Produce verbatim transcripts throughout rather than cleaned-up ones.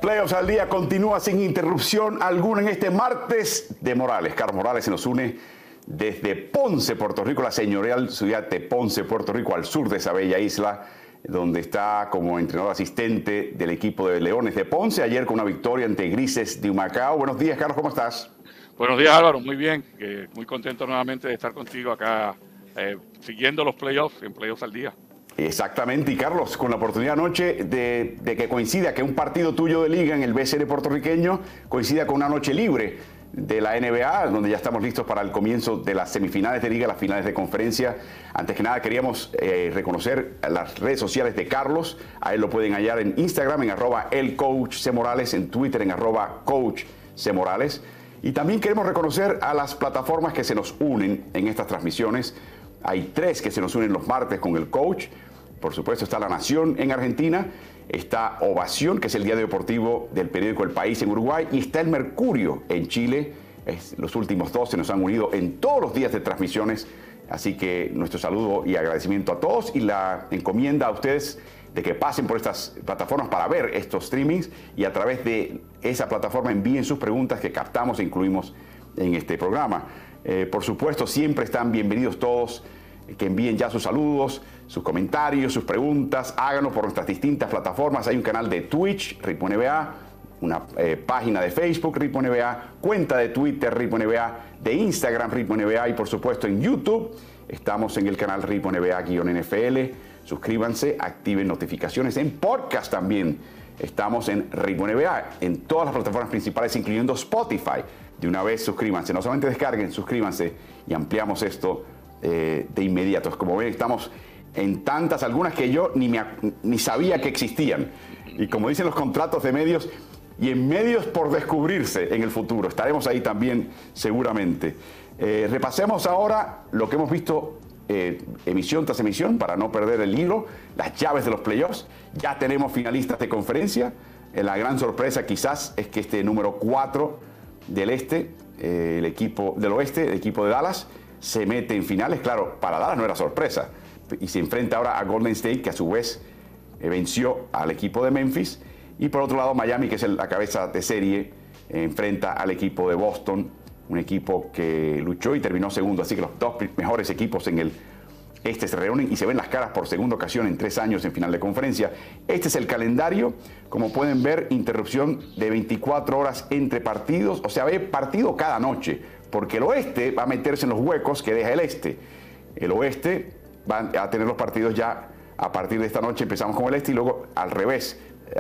Playoffs al día continúa sin interrupción alguna en este martes de Morales. Carlos Morales se nos une desde Ponce, Puerto Rico, la señorial ciudad de Ponce, Puerto Rico, al sur de esa bella isla, donde está como entrenador asistente del equipo de Leones de Ponce, ayer con una victoria ante Grises de Humacao. Buenos días, Carlos, ¿cómo estás? Buenos días, Álvaro, muy bien, eh, muy contento nuevamente de estar contigo acá, eh, siguiendo los playoffs, en Playoffs al día. Exactamente, y Carlos, con la oportunidad anoche de, de que coincida que un partido tuyo de liga en el B C N puertorriqueño coincida con una noche libre de la N B A, donde ya estamos listos para el comienzo de las semifinales de liga, las finales de conferencia. Antes que nada queríamos eh, reconocer las redes sociales de Carlos. A él lo pueden hallar en Instagram en arroba el coach C Morales, en Twitter en arroba coach C Morales. Y también queremos reconocer a las plataformas que se nos unen en estas transmisiones. Hay tres que se nos unen los martes con el coach. Por supuesto está La Nación en Argentina, está Ovación, que es el diario deportivo del periódico El País en Uruguay, y está El Mercurio en Chile. Es, los últimos dos se nos han unido en todos los días de transmisiones, así que nuestro saludo y agradecimiento a todos y la encomienda a ustedes de que pasen por estas plataformas para ver estos streamings y a través de esa plataforma envíen sus preguntas que captamos e incluimos en este programa. Eh, por supuesto, siempre están bienvenidos todos que envíen ya sus saludos, sus comentarios, sus preguntas. Háganlo por nuestras distintas plataformas. Hay un canal de Twitch, Ritmo N B A, una eh, página de Facebook, Ritmo N B A, cuenta de Twitter, Ritmo N B A, de Instagram, Ritmo N B A, y por supuesto en YouTube estamos en el canal Ritmo N B A-N F L. Suscríbanse, activen notificaciones. En podcast también estamos en Ritmo N B A, en todas las plataformas principales, incluyendo Spotify. De una vez suscríbanse, no solamente descarguen, suscríbanse y ampliamos esto eh, de inmediato. Como ven, estamos en tantas, algunas que yo ni, me, ni sabía que existían. Y como dicen los contratos de medios, y en medios por descubrirse en el futuro. Estaremos ahí también seguramente. Eh, repasemos ahora lo que hemos visto eh, emisión tras emisión para no perder el hilo, las llaves de los playoffs. Ya tenemos finalistas de conferencia. Eh, la gran sorpresa quizás es que este número cuatro del este, eh, el equipo del oeste, el equipo de Dallas, se mete en finales. Claro, para Dallas no era sorpresa. Y se enfrenta ahora a Golden State, que a su vez eh, venció al equipo de Memphis. Y por otro lado, Miami, que es el, la cabeza de serie, eh, enfrenta al equipo de Boston, un equipo que luchó y terminó segundo. Así que los dos mejores equipos en el este se reúnen y se ven las caras por segunda ocasión en tres años en final de conferencia. Este es el calendario. Como pueden ver, interrupción de veinticuatro horas entre partidos. O sea, ve partido cada noche, porque el oeste va a meterse en los huecos que deja el este. El oeste va a tener los partidos ya a partir de esta noche. Empezamos con el este y luego al revés.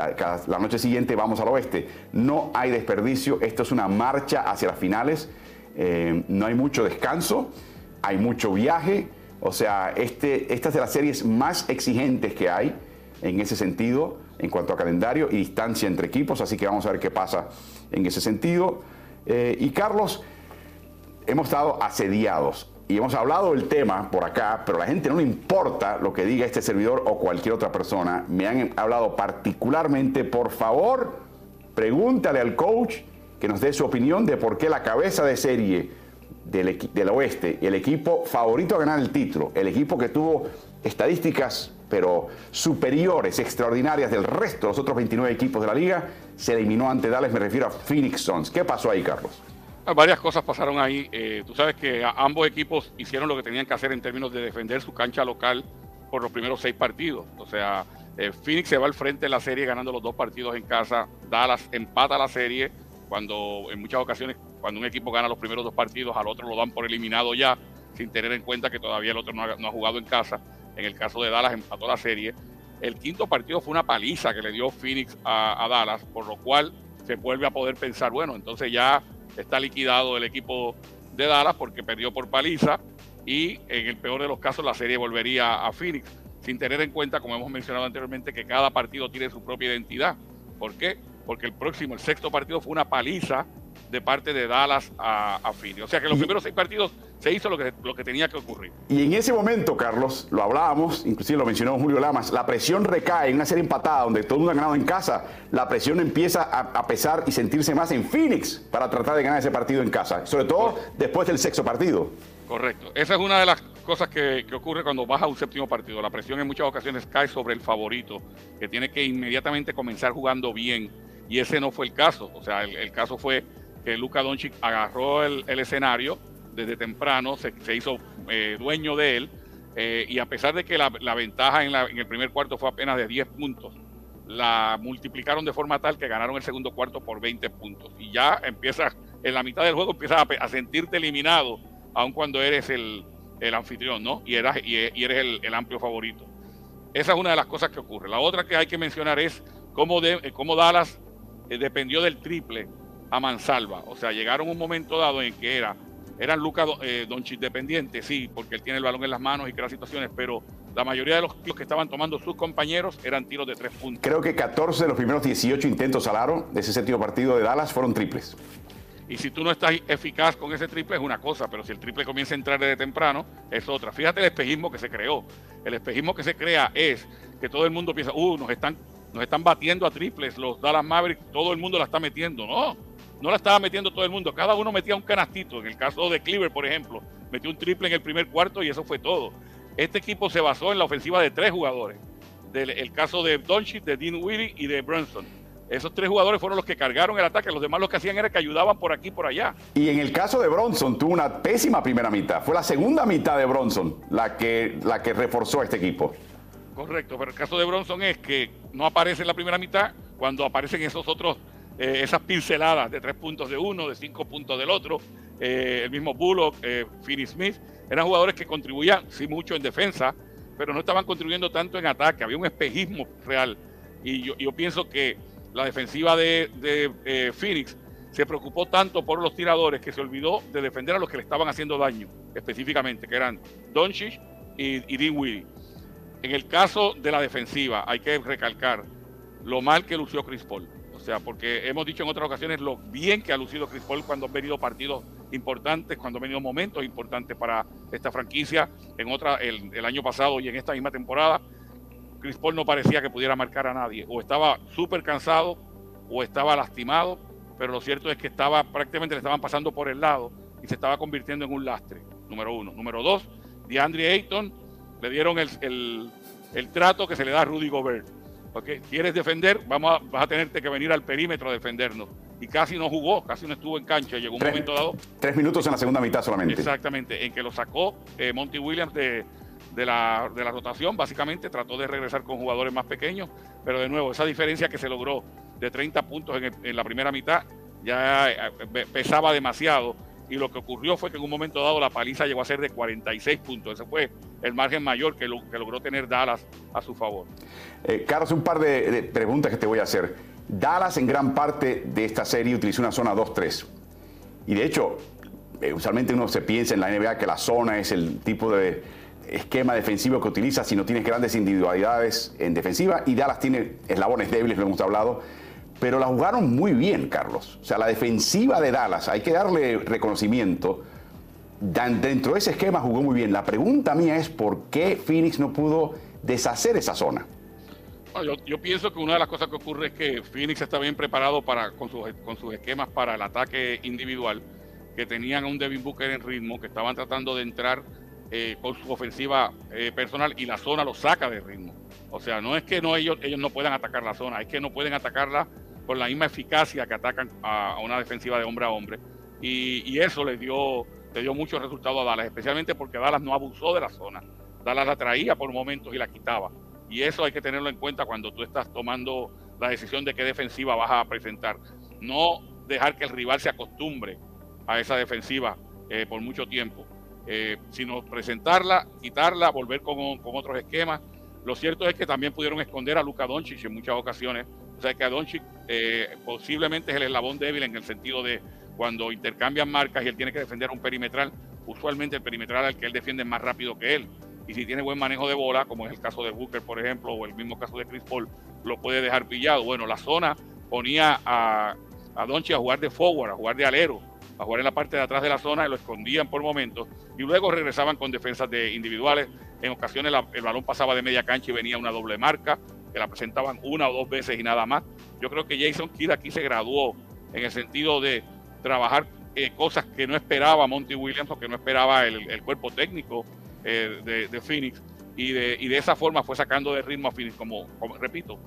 La noche siguiente vamos al oeste. No hay desperdicio. Esto es una marcha hacia las finales. Eh, no hay mucho descanso. Hay mucho viaje. O sea, este, esta es de las series más exigentes que hay en ese sentido, en cuanto a calendario y distancia entre equipos. Así que vamos a ver qué pasa en ese sentido. Eh, y Carlos, hemos estado asediados. Y hemos hablado del tema por acá, pero a la gente no le importa lo que diga este servidor o cualquier otra persona. Me han hablado particularmente, por favor, pregúntale al coach que nos dé su opinión de por qué la cabeza de serie del, del oeste, el equipo favorito a ganar el título, el equipo que tuvo estadísticas pero superiores, extraordinarias del resto de los otros veintinueve equipos de la liga, se eliminó ante Dallas. Me refiero a Phoenix Suns. ¿Qué pasó ahí, Carlos? Varias cosas pasaron ahí. Eh, tú sabes que ambos equipos hicieron lo que tenían que hacer en términos de defender su cancha local por los primeros seis partidos. O sea, eh, Phoenix se va al frente de la serie ganando los dos partidos en casa. Dallas empata la serie cuando en muchas ocasiones cuando un equipo gana los primeros dos partidos al otro lo dan por eliminado ya, sin tener en cuenta que todavía el otro no ha, no ha jugado en casa. En el caso de Dallas empató la serie. El quinto partido fue una paliza que le dio Phoenix a, a Dallas, por lo cual se vuelve a poder pensar, bueno, entonces ya está liquidado el equipo de Dallas porque perdió por paliza y en el peor de los casos la serie volvería a Phoenix, sin tener en cuenta, como hemos mencionado anteriormente, que cada partido tiene su propia identidad. ¿Por qué? Porque el próximo, el sexto partido fue una paliza de parte de Dallas a, a Phoenix. O sea que los primeros seis partidos se hizo lo que, lo que tenía que ocurrir. Y en ese momento, Carlos, lo hablábamos, inclusive lo mencionó Julio Lamas, la presión recae en una serie empatada donde todo el mundo ha ganado en casa. La presión empieza a, a pesar y sentirse más en Phoenix para tratar de ganar ese partido en casa, sobre todo Correcto. después del sexto partido. Correcto. Esa es una de las cosas que, que ocurre cuando vas a un séptimo partido. La presión en muchas ocasiones cae sobre el favorito, que tiene que inmediatamente comenzar jugando bien y ese no fue el caso. O sea, el, el caso fue que Luka Doncic agarró el, el escenario desde temprano, se, se hizo eh, dueño de él, eh, y a pesar de que la, la ventaja en, la, en el primer cuarto fue apenas de diez puntos, la multiplicaron de forma tal que ganaron el segundo cuarto por veinte puntos. Y ya empiezas, en la mitad del juego empiezas a, a sentirte eliminado, aun cuando eres el, el anfitrión, ¿no? Y, eras, y, y eres el, el amplio favorito. Esa es una de las cosas que ocurre. La otra que hay que mencionar es cómo, de, cómo Dallas eh, dependió del triple a mansalva. O sea, llegaron un momento dado en que era, eran Luka eh, Doncic dependientes, sí, porque él tiene el balón en las manos y crea situaciones, pero la mayoría de los tiros que estaban tomando sus compañeros eran tiros de tres puntos. Creo que catorce de los primeros dieciocho intentos al aro de ese séptimo partido de Dallas fueron triples. Y si tú no estás eficaz con ese triple es una cosa, pero si el triple comienza a entrar desde temprano es otra. Fíjate el espejismo que se creó. El espejismo que se crea es que todo el mundo piensa, uh, nos están, nos están batiendo a triples, los Dallas Mavericks, todo el mundo la está metiendo. No, no la estaba metiendo todo el mundo. Cada uno metía un canastito. En el caso de Cleaver, por ejemplo, metió un triple en el primer cuarto y eso fue todo. Este equipo se basó en la ofensiva de tres jugadores. Del, el caso de Doncic, de Dinwiddie y de Brunson. Esos tres jugadores fueron los que cargaron el ataque. Los demás lo que hacían era que ayudaban por aquí y por allá. Y en el caso de Brunson tuvo una pésima primera mitad. Fue la segunda mitad de Brunson la que, la que reforzó a este equipo. Correcto, pero el caso de Brunson es que no aparece en la primera mitad cuando aparecen esos otros, eh, esas pinceladas de tres puntos de uno, de cinco puntos del otro. Eh, el mismo Bullock, eh, Finney Smith, eran jugadores que contribuían, sí, mucho en defensa, pero no estaban contribuyendo tanto en ataque. Había un espejismo real. Y yo, yo pienso que la defensiva de, de eh, Phoenix se preocupó tanto por los tiradores que se olvidó de defender a los que le estaban haciendo daño, específicamente, que eran Doncic y, y Dinwiddie. En el caso de la defensiva, hay que recalcar lo mal que lució Chris Paul. O sea, porque hemos dicho en otras ocasiones lo bien que ha lucido Chris Paul cuando han venido partidos importantes, cuando han venido momentos importantes para esta franquicia. En otra, el, el año pasado y en esta misma temporada, Chris Paul no parecía que pudiera marcar a nadie. O estaba súper cansado o estaba lastimado, pero lo cierto es que estaba prácticamente le estaban pasando por el lado y se estaba convirtiendo en un lastre, número uno. Número dos, DeAndre Ayton le dieron el, el, el trato que se le da a Rudy Gobert. ¿Okay? ¿Quieres defender? Vamos a, vas a tenerte que venir al perímetro a defendernos. Y casi no jugó, casi no estuvo en cancha. Llegó un tres, momento dado. Tres minutos en la segunda mitad solamente. Exactamente, en que lo sacó eh, Monty Williams de, de, la, de la rotación. Básicamente trató de regresar con jugadores más pequeños. Pero de nuevo, esa diferencia que se logró de treinta puntos en, el, en la primera mitad ya eh, pesaba demasiado. Y lo que ocurrió fue que en un momento dado la paliza llegó a ser de cuarenta y seis puntos. Ese fue el margen mayor que, lo, que logró tener Dallas a su favor. Eh, Carlos, un par de, de preguntas que te voy a hacer. Dallas en gran parte de esta serie utilizó una zona dos tres. Y de hecho, eh, usualmente uno se piensa en la N B A que la zona es el tipo de esquema defensivo que utiliza si no tienes grandes individualidades en defensiva. Y Dallas tiene eslabones débiles, lo hemos hablado. Pero la jugaron muy bien, Carlos. O sea, la defensiva de Dallas, hay que darle reconocimiento. Dentro de ese esquema jugó muy bien. La pregunta mía es por qué Phoenix no pudo deshacer esa zona. Bueno, yo, yo pienso que una de las cosas que ocurre es que Phoenix está bien preparado para, con, sus, con sus esquemas para el ataque individual, que tenían a un Devin Booker en ritmo, que estaban tratando de entrar eh, con su ofensiva eh, personal y la zona los saca de ritmo. O sea, no es que no, ellos, ellos no puedan atacar la zona, es que no pueden atacarla con la misma eficacia que atacan a, a una defensiva de hombre a hombre. Y, y eso le dio, le dio mucho resultado a Dallas, especialmente porque Dallas no abusó de la zona. Dallas la traía por momentos y la quitaba. Y eso hay que tenerlo en cuenta cuando tú estás tomando la decisión de qué defensiva vas a presentar. No dejar que el rival se acostumbre a esa defensiva eh, por mucho tiempo, eh, sino presentarla, quitarla, volver con, con otros esquemas. Lo cierto es que también pudieron esconder a Luka Doncic en muchas ocasiones. O sea que a Doncic eh, posiblemente es el eslabón débil en el sentido de cuando intercambian marcas y él tiene que defender un perimetral, usualmente el perimetral al que él defiende es más rápido que él. Y si tiene buen manejo de bola, como es el caso de Booker, por ejemplo, o el mismo caso de Chris Paul, lo puede dejar pillado. Bueno, la zona ponía a, a Doncic a jugar de forward, a jugar de alero, a jugar en la parte de atrás de la zona, y lo escondían por momentos, y luego regresaban con defensas de individuales. En ocasiones la, el balón pasaba de media cancha y venía una doble marca, que la presentaban una o dos veces y nada más. Yo creo que Jason Kidd aquí se graduó en el sentido de trabajar eh, cosas que no esperaba Monty Williams o que no esperaba el, el cuerpo técnico eh, de, de Phoenix, y de, y de esa forma fue sacando de ritmo a Phoenix. Como, como repito,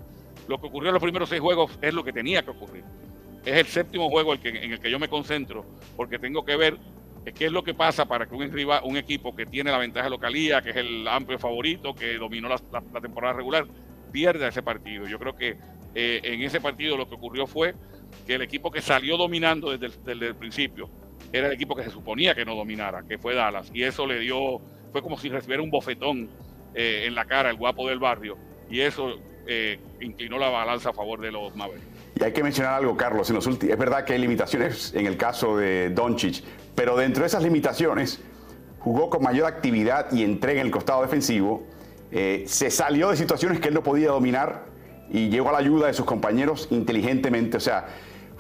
lo que ocurrió en los primeros seis juegos es lo que tenía que ocurrir. Es el séptimo juego el que, en el que yo me concentro, porque tengo que ver qué es lo que pasa para que un, rival, un equipo que tiene la ventaja de localía, que es el amplio favorito, que dominó la, la, la temporada regular, pierda ese partido. Yo creo que eh, en ese partido lo que ocurrió fue que el equipo que salió dominando desde el, desde el principio era el equipo que se suponía que no dominara, que fue Dallas, y eso le dio, fue como si recibiera un bofetón eh, en la cara el guapo del barrio, y eso eh, inclinó la balanza a favor de los Mavericks. Y hay que mencionar algo, Carlos, en los últimos, es verdad que hay limitaciones en el caso de Doncic, pero dentro de esas limitaciones jugó con mayor actividad y entrega en el costado defensivo, eh, se salió de situaciones que él no podía dominar y llegó a la ayuda de sus compañeros inteligentemente. O sea,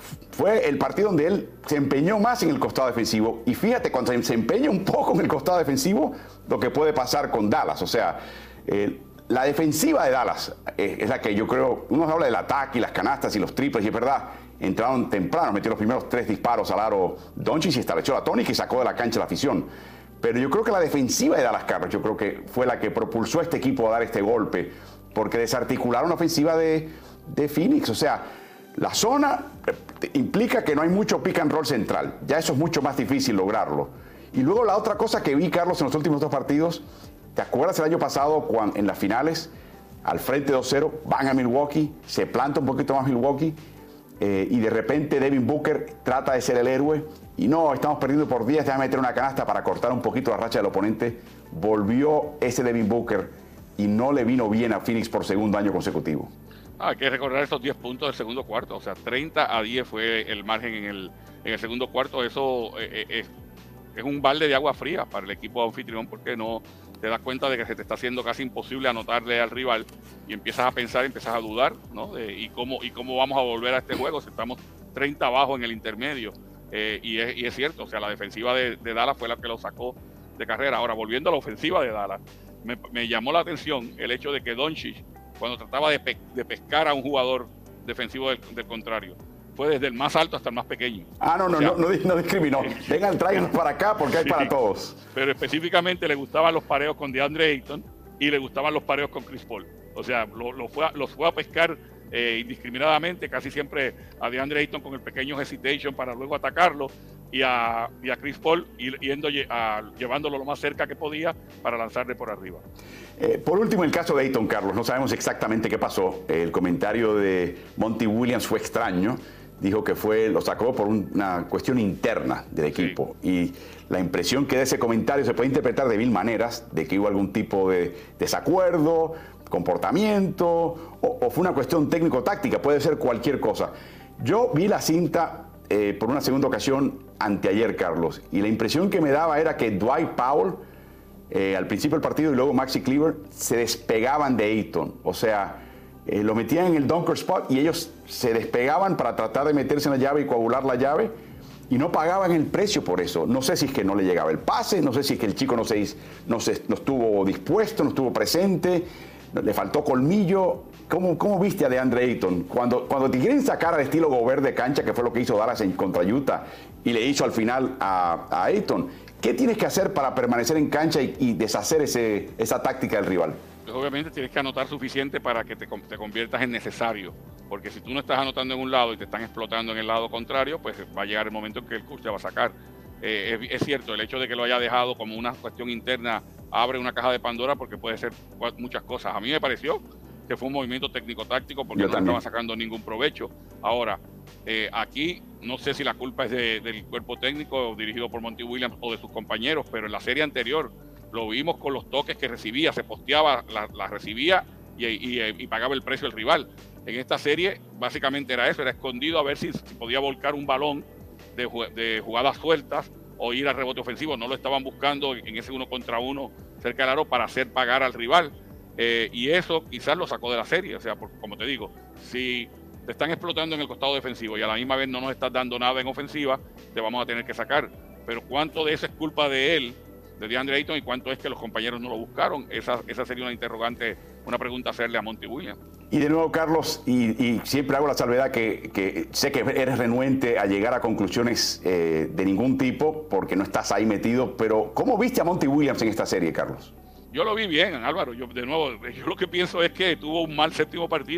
fue el partido donde él se empeñó más en el costado defensivo, y fíjate, cuando se empeña un poco en el costado defensivo, lo que puede pasar con Dallas. O sea, eh, la defensiva de Dallas eh, es la que yo creo, uno habla del ataque y las canastas y los triples, y es verdad, entraron temprano, metió los primeros tres disparos al aro Doncic y estableció la tónica y sacó de la cancha la afición. Pero yo creo que la defensiva de Dallas, Carlos, yo creo que fue la que propulsó a este equipo a dar este golpe, porque desarticularon la ofensiva de, de Phoenix. O sea, la zona implica que no hay mucho pick and roll central. Ya eso es mucho más difícil lograrlo. Y luego la otra cosa que vi, Carlos, en los últimos dos partidos, ¿te acuerdas el año pasado cuando en las finales, al frente dos cero, van a Milwaukee, se planta un poquito más Milwaukee, eh, y de repente Devin Booker trata de ser el héroe, y no, estamos perdiendo por diez, déjame meter una canasta para cortar un poquito la racha del oponente? Volvió ese Devin Booker y no le vino bien a Phoenix por segundo año consecutivo. Ah, hay que recordar esos diez puntos del segundo cuarto, o sea, treinta a diez fue el margen en el, en el segundo cuarto. Eso eh, eh, es un balde de agua fría para el equipo anfitrión, porque no te das cuenta de que se te está haciendo casi imposible anotarle al rival, y empiezas a pensar, empiezas a dudar, ¿no? De, y, cómo, y cómo vamos a volver a este juego si estamos treinta abajo en el intermedio. Eh, y, es, y es cierto, o sea, la defensiva de, de Dallas fue la que lo sacó de carrera. Ahora, volviendo a la ofensiva de Dallas, me, me llamó la atención el hecho de que Doncic, cuando trataba de, pe de pescar a un jugador defensivo del, del contrario, fue desde el más alto hasta el más pequeño. Ah, no, no, o sea, no, no, no discriminó. Eh, Vengan, tráiganos para acá porque hay sí, para todos. Pero específicamente le gustaban los pareos con DeAndre Ayton y le gustaban los pareos con Chris Paul. O sea, lo, lo fue a, los fue a pescar eh, indiscriminadamente, casi siempre a DeAndre Ayton con el pequeño hesitation para luego atacarlo, y a, y a Chris Paul yendo a, llevándolo lo más cerca que podía para lanzarle por arriba. Eh, por último, el caso de Ayton, Carlos, no sabemos exactamente qué pasó. El comentario de Monty Williams fue extraño. Dijo que fue, lo sacó por una cuestión interna del equipo. Sí. Y la impresión que de ese comentario se puede interpretar de mil maneras, de que hubo algún tipo de desacuerdo, comportamiento, o, o fue una cuestión técnico-táctica, puede ser cualquier cosa. Yo vi la cinta eh, por una segunda ocasión anteayer, Carlos, y la impresión que me daba era que Dwight Powell, eh, al principio del partido, y luego Maxi Kleber, se despegaban de Ayton. O sea, Eh, lo metían en el dunker spot y ellos se despegaban para tratar de meterse en la llave y coagular la llave, y no pagaban el precio por eso. No sé si es que no le llegaba el pase, no sé si es que el chico no, se, no, se, no estuvo dispuesto, no estuvo presente, le faltó colmillo. ¿Cómo, cómo viste a DeAndre Ayton? Cuando, cuando te quieren sacar al estilo Gobert de cancha, que fue lo que hizo Dallas en contra Utah y le hizo al final a, a Ayton, ¿qué tienes que hacer para permanecer en cancha y, y deshacer ese, esa táctica del rival? Pues obviamente tienes que anotar suficiente para que te, te conviertas en necesario, porque si tú no estás anotando en un lado y te están explotando en el lado contrario, pues va a llegar el momento en que el coach te va a sacar. Eh, es, es cierto, el hecho de que lo haya dejado como una cuestión interna abre una caja de Pandora, porque puede ser muchas cosas. A mí me pareció que fue un movimiento técnico-táctico, porque Yo no estaban sacando ningún provecho. Ahora, eh, aquí no sé si la culpa es de, del cuerpo técnico dirigido por Monty Williams o de sus compañeros, pero en la serie anterior lo vimos con los toques que recibía, se posteaba, la, la recibía y, y, y pagaba el precio el rival. En esta serie básicamente era eso, era escondido a ver si, si podía volcar un balón de, de jugadas sueltas o ir al rebote ofensivo. No lo estaban buscando en ese uno contra uno cerca del aro para hacer pagar al rival. Eh, y eso quizás lo sacó de la serie. O sea, porque, como te digo, si te están explotando en el costado defensivo y a la misma vez no nos estás dando nada en ofensiva, te vamos a tener que sacar. Pero ¿cuánto de eso es culpa de él, de DeAndre Ayton, y cuánto es que los compañeros no lo buscaron? Esa, esa sería una interrogante, una pregunta a hacerle a Monty Williams. Y de nuevo, Carlos, y, y siempre hago la salvedad que, que sé que eres renuente a llegar a conclusiones eh, de ningún tipo, porque no estás ahí metido, pero ¿cómo viste a Monty Williams en esta serie, Carlos? Yo lo vi bien, Álvaro. Yo, de nuevo, yo lo que pienso es que tuvo un mal séptimo partido.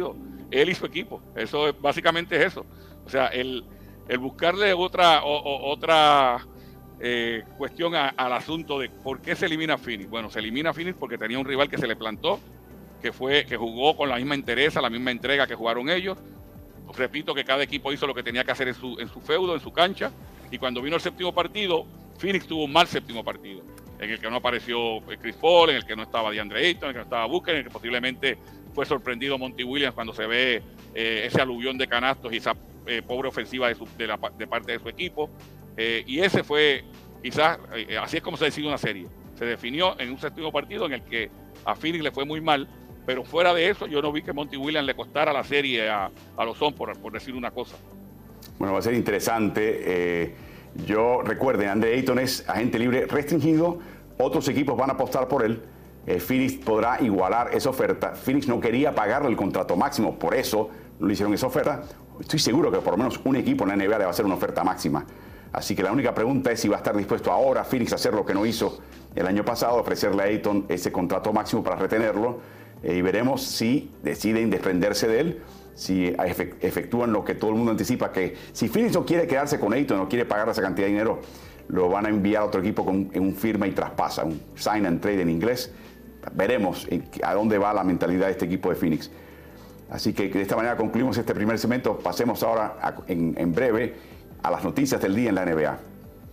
él y su equipo. Eso es, básicamente es eso. O sea, el, el buscarle otra, o, o, otra eh, cuestión a, al asunto de por qué se elimina a Phoenix. Bueno, se elimina a Phoenix porque tenía un rival que se le plantó, que fue que jugó con la misma entereza, la misma entrega que jugaron ellos. Repito que cada equipo hizo lo que tenía que hacer en su, en su feudo, en su cancha, y cuando vino el séptimo partido, Phoenix tuvo un mal séptimo partido, en el que no apareció Chris Paul, en el que no estaba DeAndre Ayton, en el que no estaba Booker, en el que posiblemente fue sorprendido Monty Williams cuando se ve eh, ese aluvión de canastos y esa eh, pobre ofensiva de, su, de, la, de parte de su equipo. Eh, y ese fue, quizás, eh, así es como se decide una serie. Se definió en un séptimo partido en el que a Phoenix le fue muy mal, pero fuera de eso yo no vi que Monty Williams le costara la serie a, a los Suns, por, por decir una cosa. Bueno, va a ser interesante. Eh, yo, recuerden, DeAndre Ayton es agente libre restringido, otros equipos van a apostar por él. Eh, Phoenix podrá igualar esa oferta. Phoenix no quería pagarle el contrato máximo, por eso no le hicieron esa oferta. Estoy seguro que por lo menos un equipo en la N B A le va a hacer una oferta máxima. Así que la única pregunta es si va a estar dispuesto ahora Phoenix a hacer lo que no hizo el año pasado, ofrecerle a Ayton ese contrato máximo para retenerlo. Eh, y veremos si deciden desprenderse de él, si efectúan lo que todo el mundo anticipa, que si Phoenix no quiere quedarse con Ayton, no quiere pagar esa cantidad de dinero, lo van a enviar a otro equipo con un firma y traspasa, un sign and trade en inglés. Veremos a dónde va la mentalidad de este equipo de Phoenix. Así que de esta manera concluimos este primer segmento. Pasemos ahora a, en, en breve a las noticias del día en la N B A.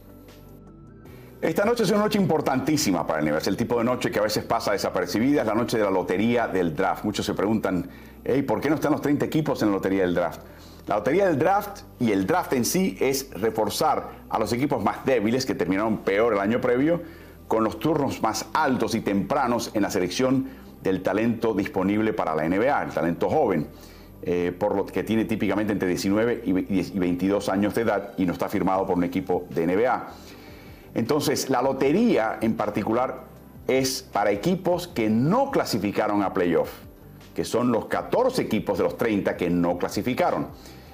Esta noche es una noche importantísima para el N B A. Es el tipo de noche que a veces pasa desapercibida. Es la noche de la lotería del draft. Muchos se preguntan, hey, ¿por qué no están los treinta equipos en la lotería del draft? La lotería del draft y el draft en sí es reforzar a los equipos más débiles que terminaron peor el año previo con los turnos más altos y tempranos en la selección del talento disponible para la N B A, el talento joven, eh, por lo que tiene típicamente entre diecinueve y veintidós años de edad y no está firmado por un equipo de N B A. Entonces, la lotería en particular es para equipos que no clasificaron a playoff, que son los catorce equipos de los treinta que no clasificaron.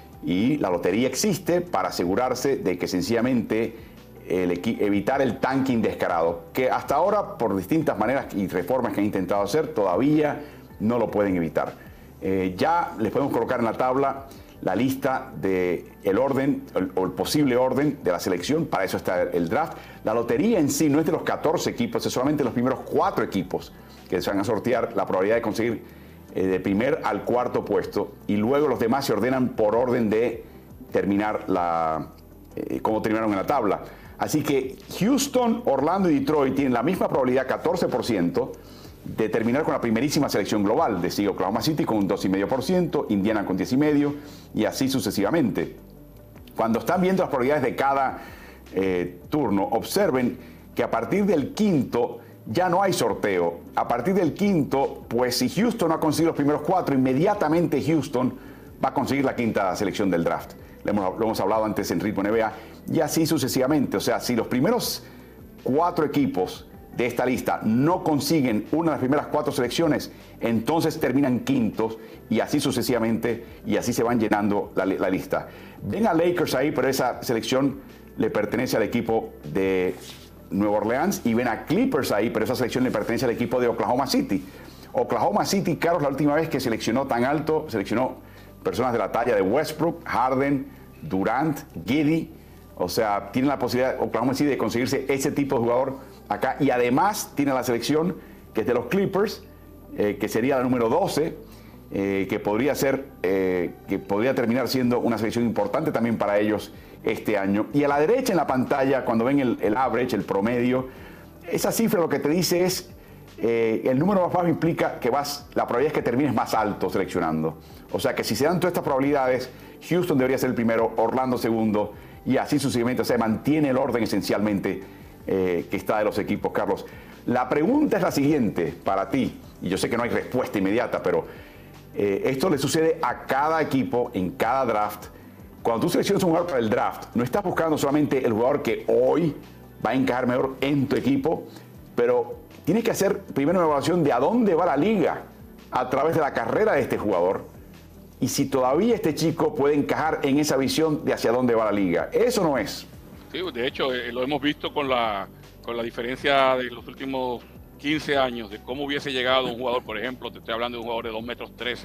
Y la lotería existe para asegurarse de que sencillamente el evitar el tanking descarado, que hasta ahora, por distintas maneras y reformas que han intentado hacer, todavía no lo pueden evitar. Eh, ya les podemos colocar en la tabla la lista del el orden el, o el posible orden de la selección. Para eso está el draft. La lotería en sí no es de los catorce equipos, es solamente los primeros cuatro equipos que se van a sortear la probabilidad de conseguir eh, de primer al cuarto puesto, y luego los demás se ordenan por orden de terminar la eh, cómo terminaron en la tabla. Así que Houston, Orlando y Detroit tienen la misma probabilidad, catorce por ciento, de terminar con la primerísima selección global. Le sigue Oklahoma City con un dos coma cinco por ciento, Indiana con diez coma cinco por ciento y así sucesivamente. Cuando están viendo las probabilidades de cada eh, turno, observen que a partir del quinto ya no hay sorteo. A partir del quinto, pues si Houston no ha conseguido los primeros cuatro, inmediatamente Houston va a conseguir la quinta selección del draft. Lo hemos, lo hemos hablado antes en Ritmo N B A, y así sucesivamente. O sea, si los primeros cuatro equipos de esta lista no consiguen una de las primeras cuatro selecciones, entonces terminan quintos, y así sucesivamente, y así se van llenando la, la lista. Ven a Lakers ahí, pero esa selección le pertenece al equipo de Nueva Orleans, y ven a Clippers ahí, pero esa selección le pertenece al equipo de Oklahoma City. Oklahoma City, Carlos, la última vez que seleccionó tan alto, seleccionó personas de la talla de Westbrook, Harden, Durant, Giddey. O sea, tiene la posibilidad Oklahoma City de conseguirse ese tipo de jugador acá, y además tiene la selección que es de los Clippers, eh, que sería la número doce, eh, que podría ser, eh, que podría terminar siendo una selección importante también para ellos este año. Y a la derecha en la pantalla, cuando ven el, el average, el promedio, esa cifra lo que te dice es eh, el número más bajo implica que vas, la probabilidad es que termines más alto seleccionando. O sea que si se dan todas estas probabilidades, Houston debería ser el primero, Orlando segundo, y así sucesivamente. O sea, mantiene el orden esencialmente eh, que está de los equipos, Carlos. La pregunta es la siguiente para ti, y yo sé que no hay respuesta inmediata, pero eh, esto le sucede a cada equipo en cada draft. Cuando tú seleccionas un jugador para el draft, no estás buscando solamente el jugador que hoy va a encajar mejor en tu equipo, pero tienes que hacer primero una evaluación de a dónde va la liga a través de la carrera de este jugador, y si todavía este chico puede encajar en esa visión de hacia dónde va la liga. Eso no es. Sí, de hecho, eh, lo hemos visto con la, con la diferencia de los últimos quince años, de cómo hubiese llegado un jugador, por ejemplo, te estoy hablando de un jugador de dos metros trece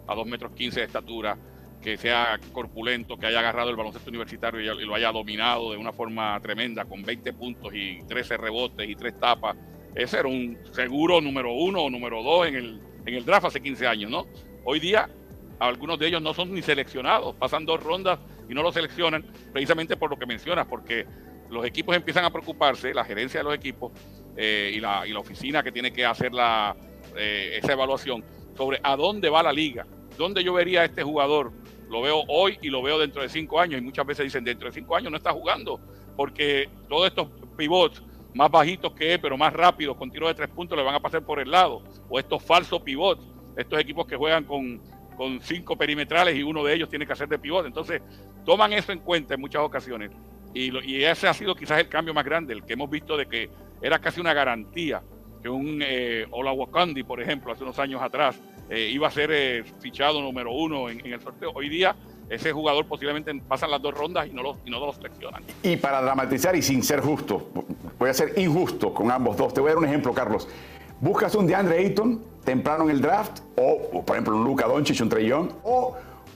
a dos metros quince de estatura, que sea corpulento, que haya agarrado el baloncesto universitario y lo haya dominado de una forma tremenda, con veinte puntos y trece rebotes y tres tapas. Ese era un seguro número uno o número dos en el, en el draft hace quince años, ¿no? Hoy día, algunos de ellos no son ni seleccionados, pasan dos rondas y no lo seleccionan, precisamente por lo que mencionas, porque los equipos empiezan a preocuparse, la gerencia de los equipos eh, y, la, y la oficina que tiene que hacer la, eh, esa evaluación sobre a dónde va la liga, dónde yo vería a este jugador. Lo veo hoy y lo veo dentro de cinco años, y muchas veces dicen dentro de cinco años no está jugando, porque todos estos pivots más bajitos que él, pero más rápidos, con tiros de tres puntos, le van a pasar por el lado, o estos falsos pivots, estos equipos que juegan con, con cinco perimetrales y uno de ellos tiene que hacer de pivot. Entonces toman eso en cuenta en muchas ocasiones, y, lo, y ese ha sido quizás el cambio más grande, el que hemos visto de que era casi una garantía que un eh, Olawokandi, por ejemplo, hace unos años atrás, eh, iba a ser eh, fichado número uno en, en el sorteo. Hoy día ese jugador posiblemente pasan las dos rondas y no lo, y no lo seleccionan. Y para dramatizar y sin ser justo, voy a ser injusto con ambos dos. Te voy a dar un ejemplo, Carlos. Buscas un DeAndre Ayton temprano en el draft, o, o por ejemplo un Luka Doncic, un Trae Young, o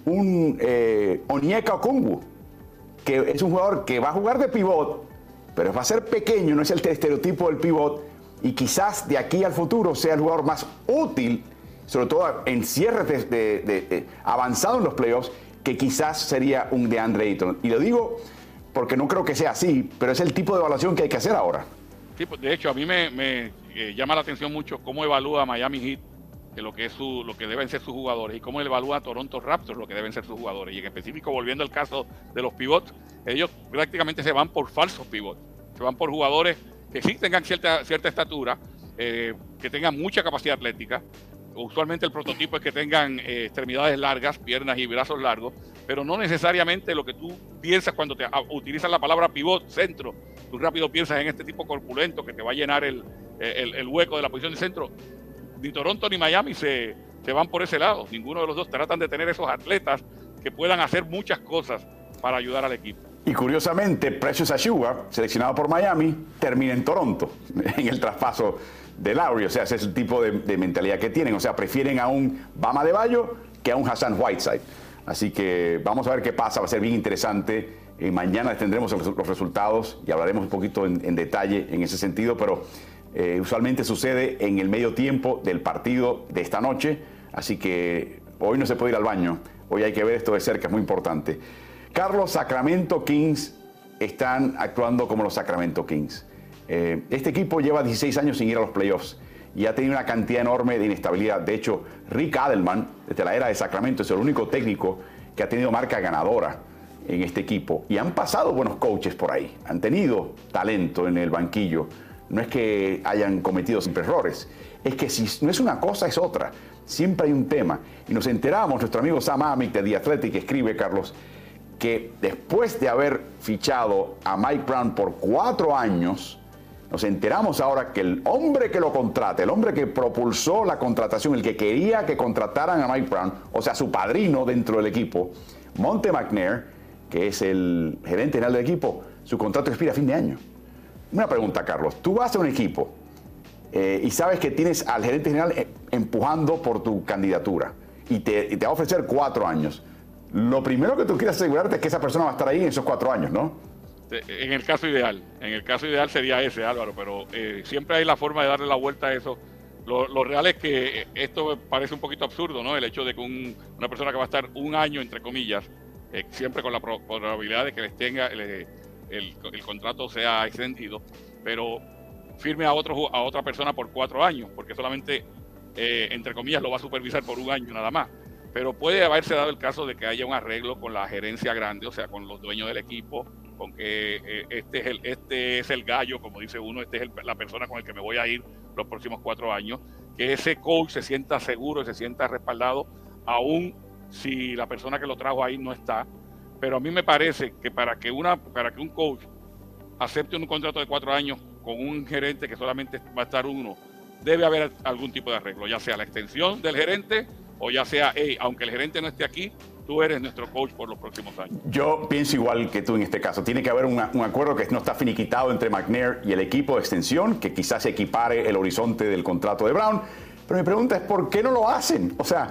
un eh, Onyeka Okongwu, que es un jugador que va a jugar de pivot, pero va a ser pequeño, no es el estereotipo del pivot, y quizás de aquí al futuro sea el jugador más útil, sobre todo en cierres de, de, de, de avanzado en los playoffs, que quizás sería un DeAndre Ayton. Y lo digo porque no creo que sea así, pero es el tipo de evaluación que hay que hacer ahora. Sí, de hecho, a mí me, me eh, llama la atención mucho cómo evalúa Miami Heat de lo que es su, lo que deben ser sus jugadores, y cómo evalúa Toronto Raptors lo que deben ser sus jugadores. Y en específico, volviendo al caso de los pivots, ellos prácticamente se van por falsos pivots, se van por jugadores que sí tengan cierta, cierta estatura, eh, que tengan mucha capacidad atlética. Usualmente el prototipo es que tengan eh, extremidades largas, piernas y brazos largos, pero no necesariamente lo que tú piensas cuando te, a, utilizas la palabra pivot, centro. Tú rápido piensas en este tipo corpulento que te va a llenar el, el, el hueco de la posición de centro. Ni Toronto ni Miami se, se van por ese lado. Ninguno de los dos tratan de tener esos atletas que puedan hacer muchas cosas para ayudar al equipo. Y curiosamente, Precious Achiuwa, seleccionado por Miami, termina en Toronto, en el traspaso de Lowry. O sea, ese es el tipo de, de mentalidad que tienen. O sea, prefieren a un Bam Adebayo que a un Hassan Whiteside. Así que vamos a ver qué pasa, va a ser bien interesante. Eh, mañana tendremos los resultados y hablaremos un poquito en, en detalle en ese sentido, pero eh, usualmente sucede en el medio tiempo del partido de esta noche. Así que hoy no se puede ir al baño, hoy hay que ver esto de cerca, es muy importante. Carlos, Sacramento Kings están actuando como los Sacramento Kings. Eh, este equipo lleva dieciséis años sin ir a los playoffs y ha tenido una cantidad enorme de inestabilidad. De hecho, Rick Adelman, desde la era de Sacramento, es el único técnico que ha tenido marca ganadora en este equipo. Y han pasado buenos coaches por ahí, han tenido talento en el banquillo. No es que hayan cometido siempre errores, es que si no es una cosa, es otra. Siempre hay un tema. Y nos enteramos, nuestro amigo Sam Amick de The Athletic escribe, Carlos, que después de haber fichado a Mike Brown por cuatro años, nos enteramos ahora que el hombre que lo contrata, el hombre que propulsó la contratación, el que quería que contrataran a Mike Brown, o sea, su padrino dentro del equipo, Monte McNair, que es el gerente general del equipo, su contrato expira a fin de año. Una pregunta, Carlos. Tú vas a un equipo eh, y sabes que tienes al gerente general empujando por tu candidatura y te, y te va a ofrecer cuatro años. Lo primero que tú quieres asegurarte es que esa persona va a estar ahí en esos cuatro años, ¿no? En el caso ideal, en el caso ideal sería ese, Álvaro, pero eh, siempre hay la forma de darle la vuelta a eso. Lo, lo real es que esto parece un poquito absurdo, ¿no? El hecho de que un, una persona que va a estar un año, entre comillas, eh, siempre con la pro, probabilidad de que les tenga el, el, el contrato sea extendido, pero firme a, otro, a otra persona por cuatro años, porque solamente, eh, entre comillas, lo va a supervisar por un año nada más. Pero puede haberse dado el caso de que haya un arreglo con la gerencia grande, o sea, con los dueños del equipo, con que eh, este, es el, este es el gallo, como dice uno, este es el, la persona con el que me voy a ir los próximos cuatro años, que ese coach se sienta seguro y se sienta respaldado, aún si la persona que lo trajo ahí no está. Pero a mí me parece que para que, una, para que un coach acepte un contrato de cuatro años con un gerente que solamente va a estar uno, debe haber algún tipo de arreglo, ya sea la extensión del gerente o ya sea, hey, aunque el gerente no esté aquí, tú eres nuestro coach por los próximos años. Yo pienso igual que tú en este caso. Tiene que haber una, un acuerdo que no está finiquitado entre McNair y el equipo de extensión, que quizás equipare el horizonte del contrato de Brown. Pero mi pregunta es, ¿por qué no lo hacen? O sea,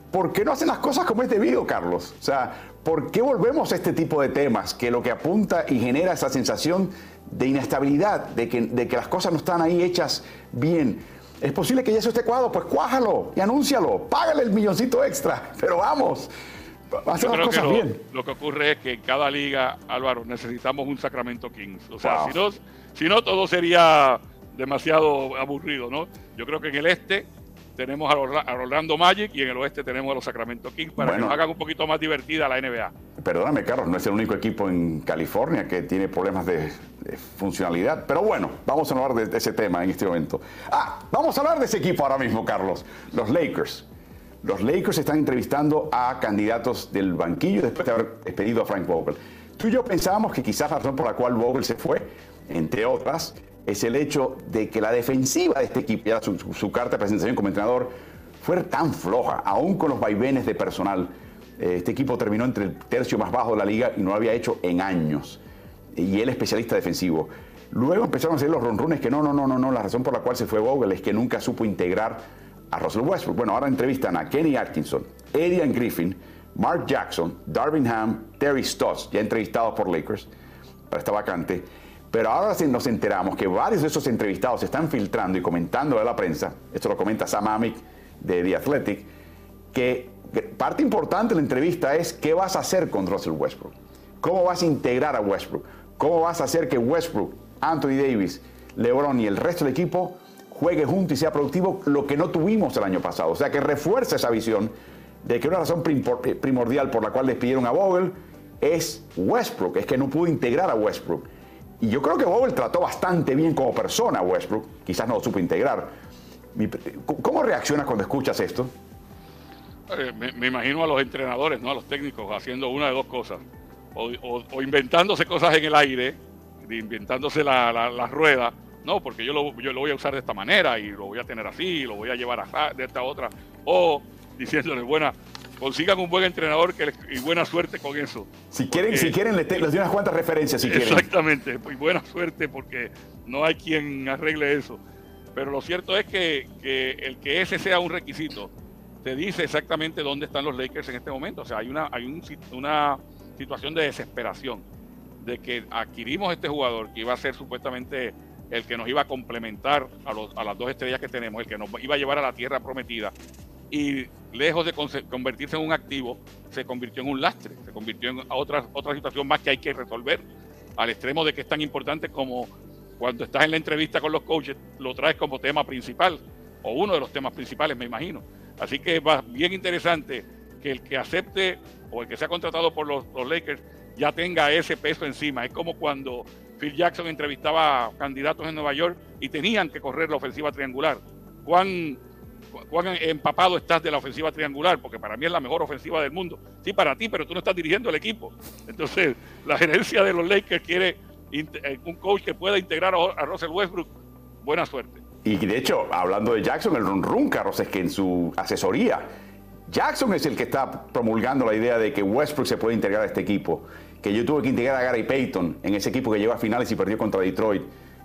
¿por qué no hacen las cosas como es debido, Carlos? O sea, ¿por qué volvemos a este tipo de temas que lo que apunta y genera esa sensación de inestabilidad, de que, de que las cosas no están ahí hechas bien? Es posible que ya eso esté cuadrado, pues cuájalo y anúncialo, págale el milloncito extra, pero vamos, hacer las cosas lo, bien. Lo que ocurre es que en cada liga, Álvaro, necesitamos un Sacramento Kings. O sea, Wow. si, no, si no, todo sería demasiado aburrido, ¿no? Yo creo que en el este tenemos a Orlando Magic y en el oeste tenemos a los Sacramento Kings para bueno, que nos hagan un poquito más divertida la N B A. Perdóname, Carlos, no es el único equipo en California que tiene problemas de, de funcionalidad. Pero bueno, vamos a hablar de, de ese tema en este momento. Ah, vamos a hablar de ese equipo ahora mismo, Carlos. Los Lakers. Los Lakers están entrevistando a candidatos del banquillo después de haber despedido a Frank Vogel. Tú y yo pensábamos que quizás la razón por la cual Vogel se fue, entre otras, es el hecho de que la defensiva de este equipo, ya su, su, su carta de presentación como entrenador, fue tan floja, aún con los vaivenes de personal. Este equipo terminó entre el tercio más bajo de la liga y no lo había hecho en años. Y él es especialista defensivo. Luego empezaron a salir los ronrunes que no, no, no, no, no. La razón por la cual se fue Vogel es que nunca supo integrar a Russell Westbrook. Bueno, ahora entrevistan a Kenny Atkinson, Adrian Griffin, Mark Jackson, Darvin Ham, Terry Stotts, ya entrevistados por Lakers para esta vacante. Pero ahora nos enteramos que varios de esos entrevistados se están filtrando y comentando a la prensa, esto lo comenta Sam Amick de The Athletic, que parte importante de la entrevista es qué vas a hacer con Russell Westbrook, cómo vas a integrar a Westbrook, cómo vas a hacer que Westbrook, Anthony Davis, LeBron y el resto del equipo juegue junto y sea productivo, lo que no tuvimos el año pasado. O sea, que refuerza esa visión de que una razón primordial por la cual despidieron a Vogel es Westbrook, es que no pudo integrar a Westbrook. Y yo creo que Vogel trató bastante bien como persona a Westbrook, quizás no lo supo integrar. ¿Cómo reaccionas cuando escuchas esto? Eh, me, me imagino a los entrenadores, no a los técnicos, haciendo una de dos cosas. O, o, o inventándose cosas en el aire, inventándose la, la, la rueda. No, porque yo lo, yo lo voy a usar de esta manera y lo voy a tener así, y lo voy a llevar a, de esta otra. O diciéndole, buena, consigan un buen entrenador que les, y buena suerte con eso. Si quieren, porque, si quieren les, te, les doy unas cuantas referencias. Si exactamente, quieren. Y buena suerte porque no hay quien arregle eso. Pero lo cierto es que, que el que ese sea un requisito te dice exactamente dónde están los Lakers en este momento. O sea, hay una, hay un, una situación de desesperación de que adquirimos este jugador que iba a ser supuestamente el que nos iba a complementar a, los, a las dos estrellas que tenemos, el que nos iba a llevar a la tierra prometida, y lejos de convertirse en un activo, se convirtió en un lastre, se convirtió en otra, otra situación más que hay que resolver, al extremo de que es tan importante como cuando estás en la entrevista con los coaches, lo traes como tema principal, o uno de los temas principales, me imagino. Así que va bien interesante que el que acepte, o el que sea contratado por los, los Lakers, ya tenga ese peso encima. Es como cuando Phil Jackson entrevistaba a candidatos en Nueva York y tenían que correr la ofensiva triangular. ¿Cuán, cuán empapado estás de la ofensiva triangular? Porque para mí es la mejor ofensiva del mundo. Sí, para ti, pero tú no estás dirigiendo el equipo. Entonces, la gerencia de los Lakers quiere un coach que pueda integrar a Russell Westbrook. Buena suerte. Y de hecho, hablando de Jackson, el run run, Carlos, es que en su asesoría, Jackson es el que está promulgando la idea de que Westbrook se puede integrar a este equipo. Que yo tuve que integrar a Gary Payton en ese equipo que llegó a finales y perdió contra Detroit.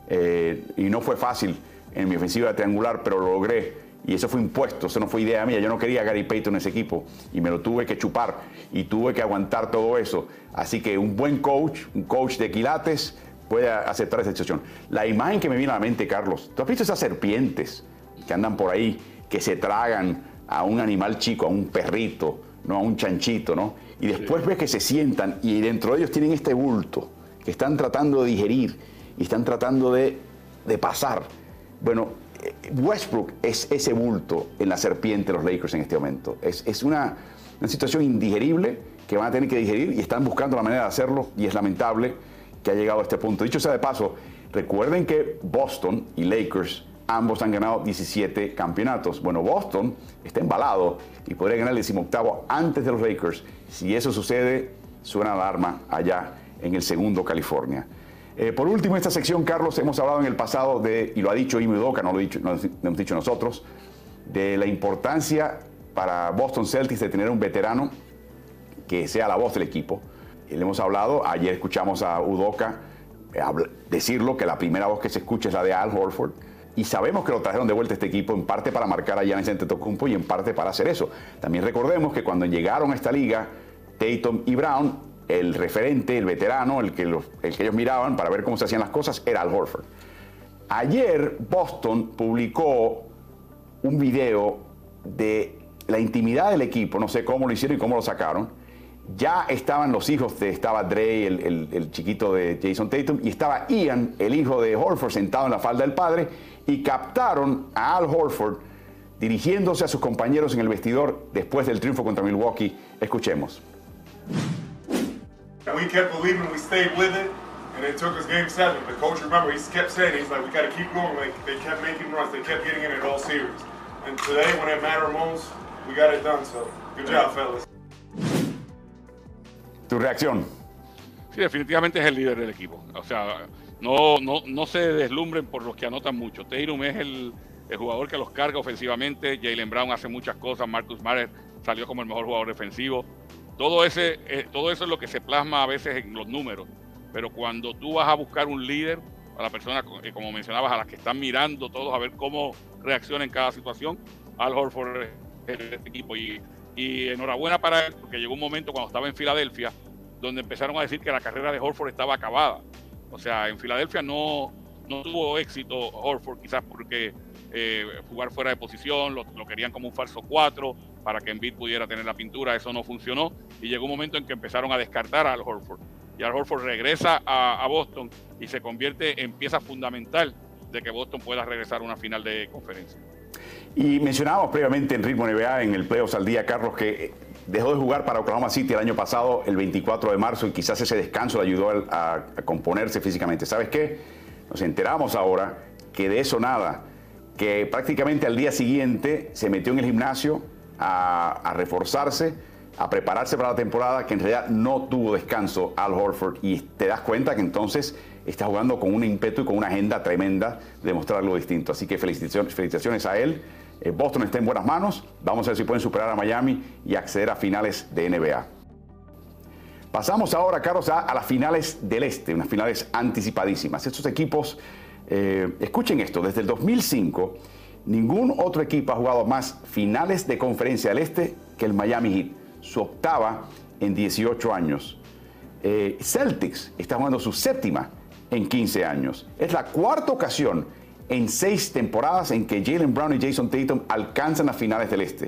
Eh, y no fue fácil en mi ofensiva triangular, pero lo logré. Y eso fue impuesto, eso no fue idea mía. Yo no quería a Gary Payton en ese equipo y me lo tuve que chupar y tuve que aguantar todo eso. Así que un buen coach, un coach de quilates, puede aceptar esa situación. La imagen que me viene a la mente, Carlos, ¿tú has visto esas serpientes que andan por ahí, que se tragan a un animal chico, a un perrito, no a un chanchito, ¿no? Y después ves que se sientan y dentro de ellos tienen este bulto que están tratando de digerir y están tratando de, de pasar. Bueno, Westbrook es ese bulto en la serpiente de los Lakers en este momento. Es, es una, una situación indigerible que van a tener que digerir y están buscando la manera de hacerlo y es lamentable que ha llegado a este punto. Dicho sea de paso, recuerden que Boston y Lakers ambos han ganado diecisiete campeonatos. Bueno, Boston está embalado y podría ganar el decimoctavo antes de los Lakers. Si eso sucede, suena la alarma allá en el segundo California. Eh, por último, en esta sección, Carlos, hemos hablado en el pasado de, y lo ha dicho Ime Udoka, no lo, dicho, no lo hemos dicho nosotros, de la importancia para Boston Celtics de tener un veterano que sea la voz del equipo. Le hemos hablado, ayer escuchamos a Udoka eh, decirlo, que la primera voz que se escucha es la de Al Horford. Y sabemos que lo trajeron de vuelta a este equipo en parte para marcar a Giannis Antetokounmpo y en parte para hacer eso. También recordemos que cuando llegaron a esta liga, Tatum y Brown, el referente, el veterano, el que, los, el que ellos miraban para ver cómo se hacían las cosas, era Al Horford. Ayer Boston publicó un video de la intimidad del equipo, no sé cómo lo hicieron y cómo lo sacaron. Ya estaban los hijos, de, estaba Dre, el, el, el chiquito de Jason Tatum, y estaba Ian, el hijo de Horford, sentado en la falda del padre, y captaron a Al Horford dirigiéndose a sus compañeros en el vestidor después del triunfo contra Milwaukee. Escuchemos. We kept believing, we stayed with it, and it took us game seven. The coach, remember, he kept saying, he's like, we got to keep going. Like, they kept making runs, they kept getting in it all series. And today, when it mattered most, we got it done. So, good job, fellas. ¿Tu reacción? Sí, definitivamente es el líder del equipo. O sea, no, no, no se deslumbren por los que anotan mucho. Tatum es el, el jugador que los carga ofensivamente. Jaylen Brown hace muchas cosas. Marcus Smart salió como el mejor jugador defensivo. Todo, ese, eh, todo eso es lo que se plasma a veces en los números. Pero cuando tú vas a buscar un líder, a la persona, eh, como mencionabas, a las que están mirando todos a ver cómo reacciona en cada situación, Al Horford es el equipo. Y, y enhorabuena para él, porque llegó un momento cuando estaba en Filadelfia donde empezaron a decir que la carrera de Horford estaba acabada. O sea, en Filadelfia no, no tuvo éxito Horford, quizás porque eh, jugar fuera de posición, lo, lo querían como un falso cuatro para que Embiid pudiera tener la pintura, eso no funcionó, y llegó un momento en que empezaron a descartar a Al Horford. Y Al Horford regresa a, a Boston y se convierte en pieza fundamental de que Boston pueda regresar a una final de conferencia. Y mencionábamos previamente en Ritmo N B A, en el Playoffs al día, Carlos, que dejó de jugar para Oklahoma City el año pasado, el veinticuatro de marzo, y quizás ese descanso le ayudó a, a componerse físicamente. ¿Sabes qué? Nos enteramos ahora que de eso nada, que prácticamente al día siguiente se metió en el gimnasio a, a reforzarse, a prepararse para la temporada, que en realidad no tuvo descanso Al Horford, y te das cuenta que entonces está jugando con un ímpetu y con una agenda tremenda de mostrar algo distinto. Así que felicitaciones, felicitaciones a él. Boston está en buenas manos. Vamos a ver si pueden superar a Miami y acceder a finales de N B A. Pasamos ahora, Carlos, a, a las finales del Este, unas finales anticipadísimas. Estos equipos, eh, escuchen esto, desde el dos mil cinco, ningún otro equipo ha jugado más finales de conferencia del Este que el Miami Heat, su octava en dieciocho años. Eh, Celtics está jugando su séptima en quince años. Es la cuarta ocasión en seis temporadas en que Jaylen Brown y Jason Tatum alcanzan las finales del Este.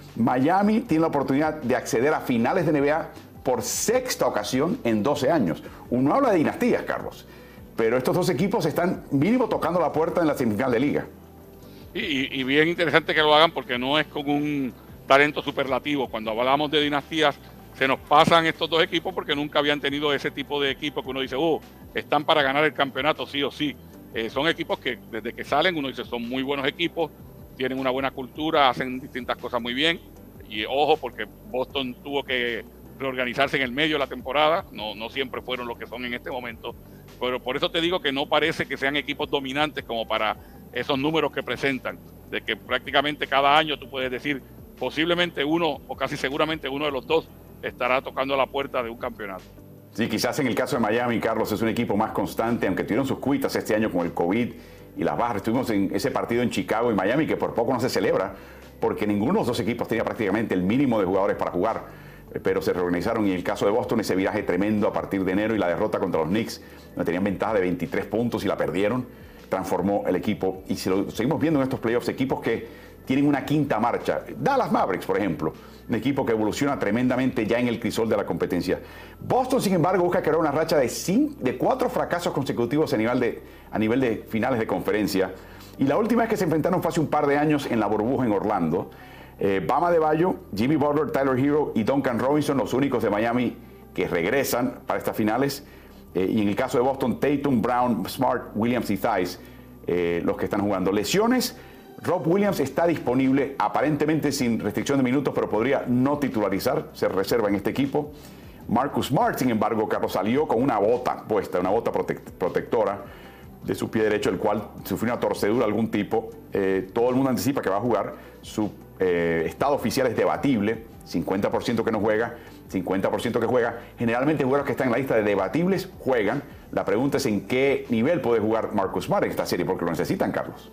Miami tiene la oportunidad de acceder a finales de N B A por sexta ocasión en doce años. Uno habla de dinastías, Carlos, pero estos dos equipos están mínimo tocando la puerta en la semifinal de liga. Y, y bien interesante que lo hagan porque no es con un talento superlativo. Cuando hablamos de dinastías, se nos pasan estos dos equipos porque nunca habían tenido ese tipo de equipo que uno dice, oh, están para ganar el campeonato sí o sí. Eh, son equipos que desde que salen uno dice son muy buenos equipos, tienen una buena cultura, hacen distintas cosas muy bien. Y ojo, porque Boston tuvo que reorganizarse en el medio de la temporada, no, no siempre fueron lo que son en este momento, pero por eso te digo que no parece que sean equipos dominantes como para esos números que presentan, de que prácticamente cada año tú puedes decir posiblemente uno o casi seguramente uno de los dos estará tocando la puerta de un campeonato. Sí, quizás en el caso de Miami, Carlos, es un equipo más constante, aunque tuvieron sus cuitas este año con el COVID y las bajas. Estuvimos en ese partido en Chicago y Miami que por poco no se celebra, porque ninguno de los dos equipos tenía prácticamente el mínimo de jugadores para jugar, pero se reorganizaron. Y en el caso de Boston, ese viraje tremendo a partir de enero y la derrota contra los Knicks, donde tenían ventaja de veintitrés puntos y la perdieron, transformó el equipo. Y si lo seguimos viendo en estos playoffs, equipos que tienen una quinta marcha. Dallas Mavericks, por ejemplo, un equipo que evoluciona tremendamente ya en el crisol de la competencia. Boston, sin embargo, busca crear una racha de, cinco, de cuatro fracasos consecutivos a nivel, de, a nivel de finales de conferencia. Y la última vez que se enfrentaron fue hace un par de años en la burbuja en Orlando. Eh, Bam Adebayo, Jimmy Butler, Tyler Hero y Duncan Robinson, los únicos de Miami que regresan para estas finales. Eh, y en el caso de Boston, Tatum, Brown, Smart, Williams y Theis, eh, los que están jugando. Lesiones. Rob Williams está disponible, aparentemente sin restricción de minutos, pero podría no titularizar, se reserva en este equipo. Marcus Smart, sin embargo, Carlos, salió con una bota puesta, una bota protect protectora de su pie derecho, el cual sufrió una torcedura de algún tipo. Eh, todo el mundo anticipa que va a jugar. Su eh, estado oficial es debatible, cincuenta por ciento que no juega, cincuenta por ciento que juega. Generalmente jugadores que están en la lista de debatibles juegan. La pregunta es en qué nivel puede jugar Marcus Smart en esta serie, porque lo necesitan, Carlos.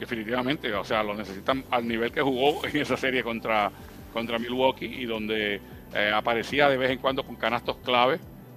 definitivamente, o sea, lo necesitan al nivel que jugó en esa serie contra, contra Milwaukee y donde eh, aparecía de vez en cuando con canastos clave,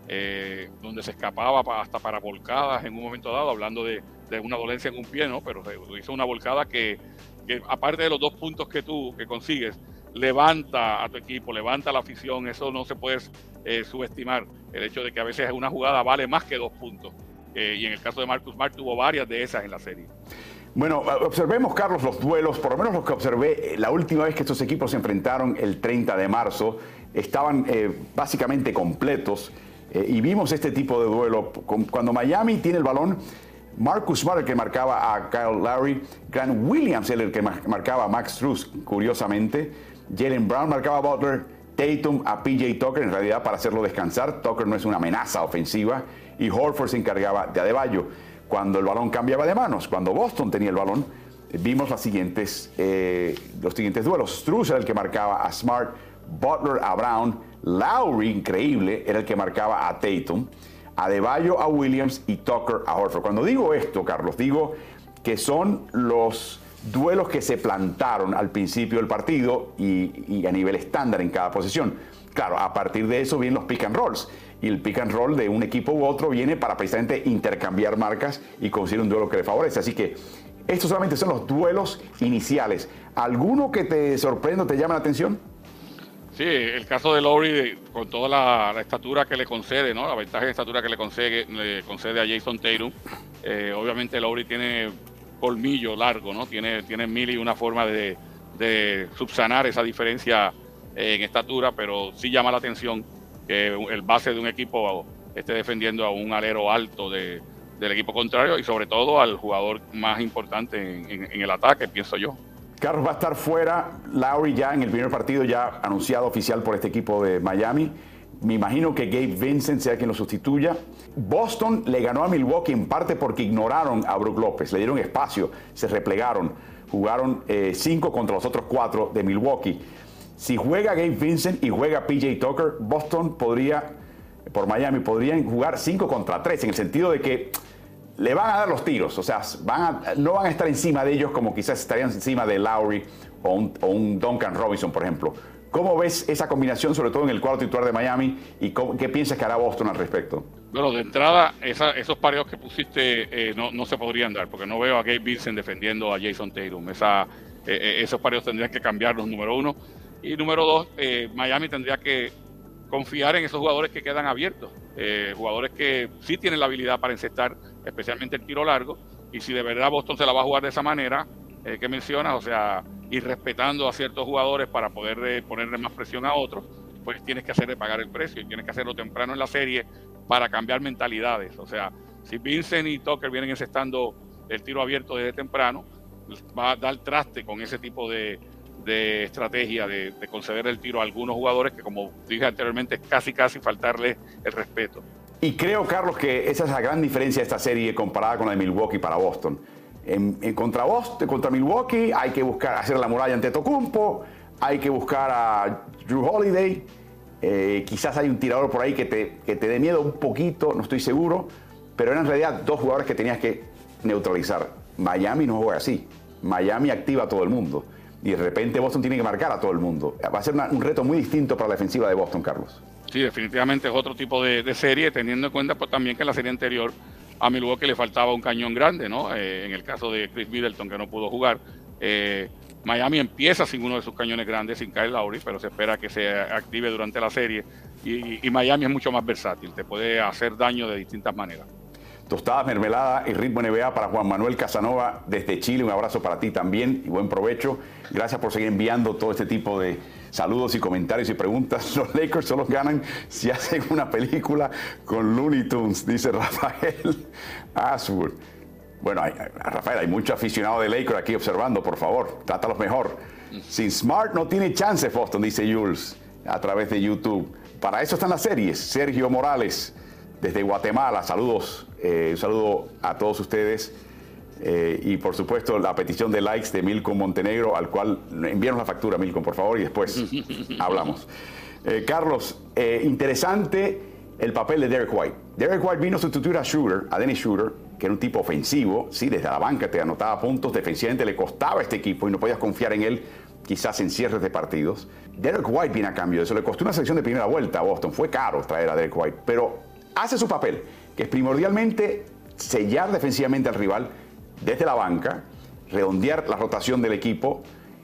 eh, donde se escapaba pa, hasta para volcadas en un momento dado, hablando de, de una dolencia en un pie, ¿no? Pero hizo una volcada que, que aparte de los dos puntos que tú que consigues, levanta a tu equipo, levanta a la afición, eso no se puede eh, subestimar, el hecho de que a veces una jugada vale más que dos puntos. Eh, y en el caso de Marcus Smart tuvo varias de esas en la serie. Bueno, observemos, Carlos, los duelos, por lo menos los que observé la última vez que estos equipos se enfrentaron el treinta de marzo, estaban eh, básicamente completos eh, y vimos este tipo de duelo. Cuando Miami tiene el balón, Marcus Smart el que marcaba a Kyle Lowry, Grant Williams el que marcaba a Max Strus, curiosamente, Jaylen Brown marcaba a Butler, Tatum a P J Tucker, en realidad para hacerlo descansar. Tucker no es una amenaza ofensiva, y Horford se encargaba de Adebayo. Cuando el balón cambiaba de manos, cuando Boston tenía el balón, vimos las siguientes, eh, los siguientes duelos. Strus era el que marcaba a Smart, Butler a Brown, Lowry, increíble, era el que marcaba a Tatum, Adebayo a Williams y Tucker a Horford. Cuando digo esto, Carlos, digo que son los duelos que se plantaron al principio del partido y, y a nivel estándar en cada posición. Claro, a partir de eso vienen los pick and rolls. Y el pick and roll de un equipo u otro viene para precisamente intercambiar marcas y conseguir un duelo que le favorece. Así que estos solamente son los duelos iniciales. ¿Alguno que te sorprenda o te llame la atención? Sí, el caso de Lowry, con toda la, la estatura que le concede, ¿no? La ventaja de estatura que le concede, le concede a Jason Tatum. Eh, obviamente Lowry tiene colmillo largo, ¿no? Tiene, tiene mil y una forma de, de subsanar esa diferencia eh, en estatura, pero sí llama la atención que el base de un equipo esté defendiendo a un alero alto de, del equipo contrario y sobre todo al jugador más importante en, en, en el ataque, pienso yo. Carlos, va a estar fuera Lowry ya en el primer partido, ya anunciado oficial por este equipo de Miami. Me imagino que Gabe Vincent sea quien lo sustituya. Boston le ganó a Milwaukee en parte porque ignoraron a Brook López, le dieron espacio, se replegaron, jugaron eh, cinco contra los otros cuatro de Milwaukee. Si juega Gabe Vincent y juega P J Tucker, Boston podría, por Miami, podrían jugar cinco contra tres, en el sentido de que le van a dar los tiros, o sea, van a, no van a estar encima de ellos como quizás estarían encima de Lowry o un, o un Duncan Robinson, por ejemplo. ¿Cómo ves esa combinación, sobre todo en el cuadro titular de Miami, y cómo, qué piensas que hará Boston al respecto? Bueno, de entrada, esa, esos pareos que pusiste eh, no, no se podrían dar, porque no veo a Gabe Vincent defendiendo a Jason Tatum. Esa, eh, esos pareos tendrían que cambiarlos, número uno. Y número dos, eh, Miami tendría que confiar en esos jugadores que quedan abiertos, eh, jugadores que sí tienen la habilidad para encestar, especialmente el tiro largo, y si de verdad Boston se la va a jugar de esa manera eh, que mencionas, o sea, ir respetando a ciertos jugadores para poder eh, ponerle más presión a otros, pues tienes que hacerle pagar el precio y tienes que hacerlo temprano en la serie para cambiar mentalidades. O sea, si Vincent y Tucker vienen encestando el tiro abierto desde temprano, va a dar traste con ese tipo de de estrategia de, de conceder el tiro a algunos jugadores que, como dije anteriormente, es casi casi faltarle el respeto. Y creo, Carlos, que esa es la gran diferencia de esta serie comparada con la de Milwaukee para Boston. En, en contra Boston, contra Milwaukee hay que buscar hacer la muralla ante Antetokounmpo, hay que buscar a Jrue Holiday, eh, quizás hay un tirador por ahí que te, que te dé miedo un poquito, no estoy seguro, pero eran en realidad dos jugadores que tenías que neutralizar. Miami no juega así, Miami activa a todo el mundo. Y de repente Boston tiene que marcar a todo el mundo. Va a ser una, un reto muy distinto para la defensiva de Boston, Carlos. Sí, definitivamente es otro tipo de, de serie, teniendo en cuenta pues, también que en la serie anterior a Milwaukee le faltaba un cañón grande, ¿no? Eh, en el caso de Chris Middleton, que no pudo jugar. Eh, Miami empieza sin uno de sus cañones grandes, sin Kyle Lowry, pero se espera que se active durante la serie. Y, y Miami es mucho más versátil, te puede hacer daño de distintas maneras. Tostadas, mermelada y ritmo N B A para Juan Manuel Casanova desde Chile. Un abrazo para ti también y buen provecho. Gracias por seguir enviando todo este tipo de saludos y comentarios y preguntas. Los Lakers solo ganan si hacen una película con Looney Tunes, dice Rafael Ashwood. Bueno, hay, Rafael, hay mucho aficionado de Lakers aquí observando, por favor, trátalos mejor. Sin Smart no tiene chance Boston, dice Jules a través de YouTube. Para eso están las series. Sergio Morales desde Guatemala, saludos, eh, un saludo a todos ustedes eh, y por supuesto la petición de likes de Milton Montenegro, al cual envíanos la factura, Milton, por favor, y después hablamos. Eh, Carlos, eh, interesante el papel de Derek White. Derek White vino a sustituir a Shooter, a Dennis Shooter, que era un tipo ofensivo, sí, desde la banca te anotaba puntos, defensivamente le costaba a este equipo y no podías confiar en él, quizás en cierres de partidos. Derek White viene a cambio de eso, le costó una selección de primera vuelta a Boston, fue caro traer a Derek White, pero hace su papel, que es primordialmente sellar defensivamente al rival desde la banca, redondear la rotación del equipo,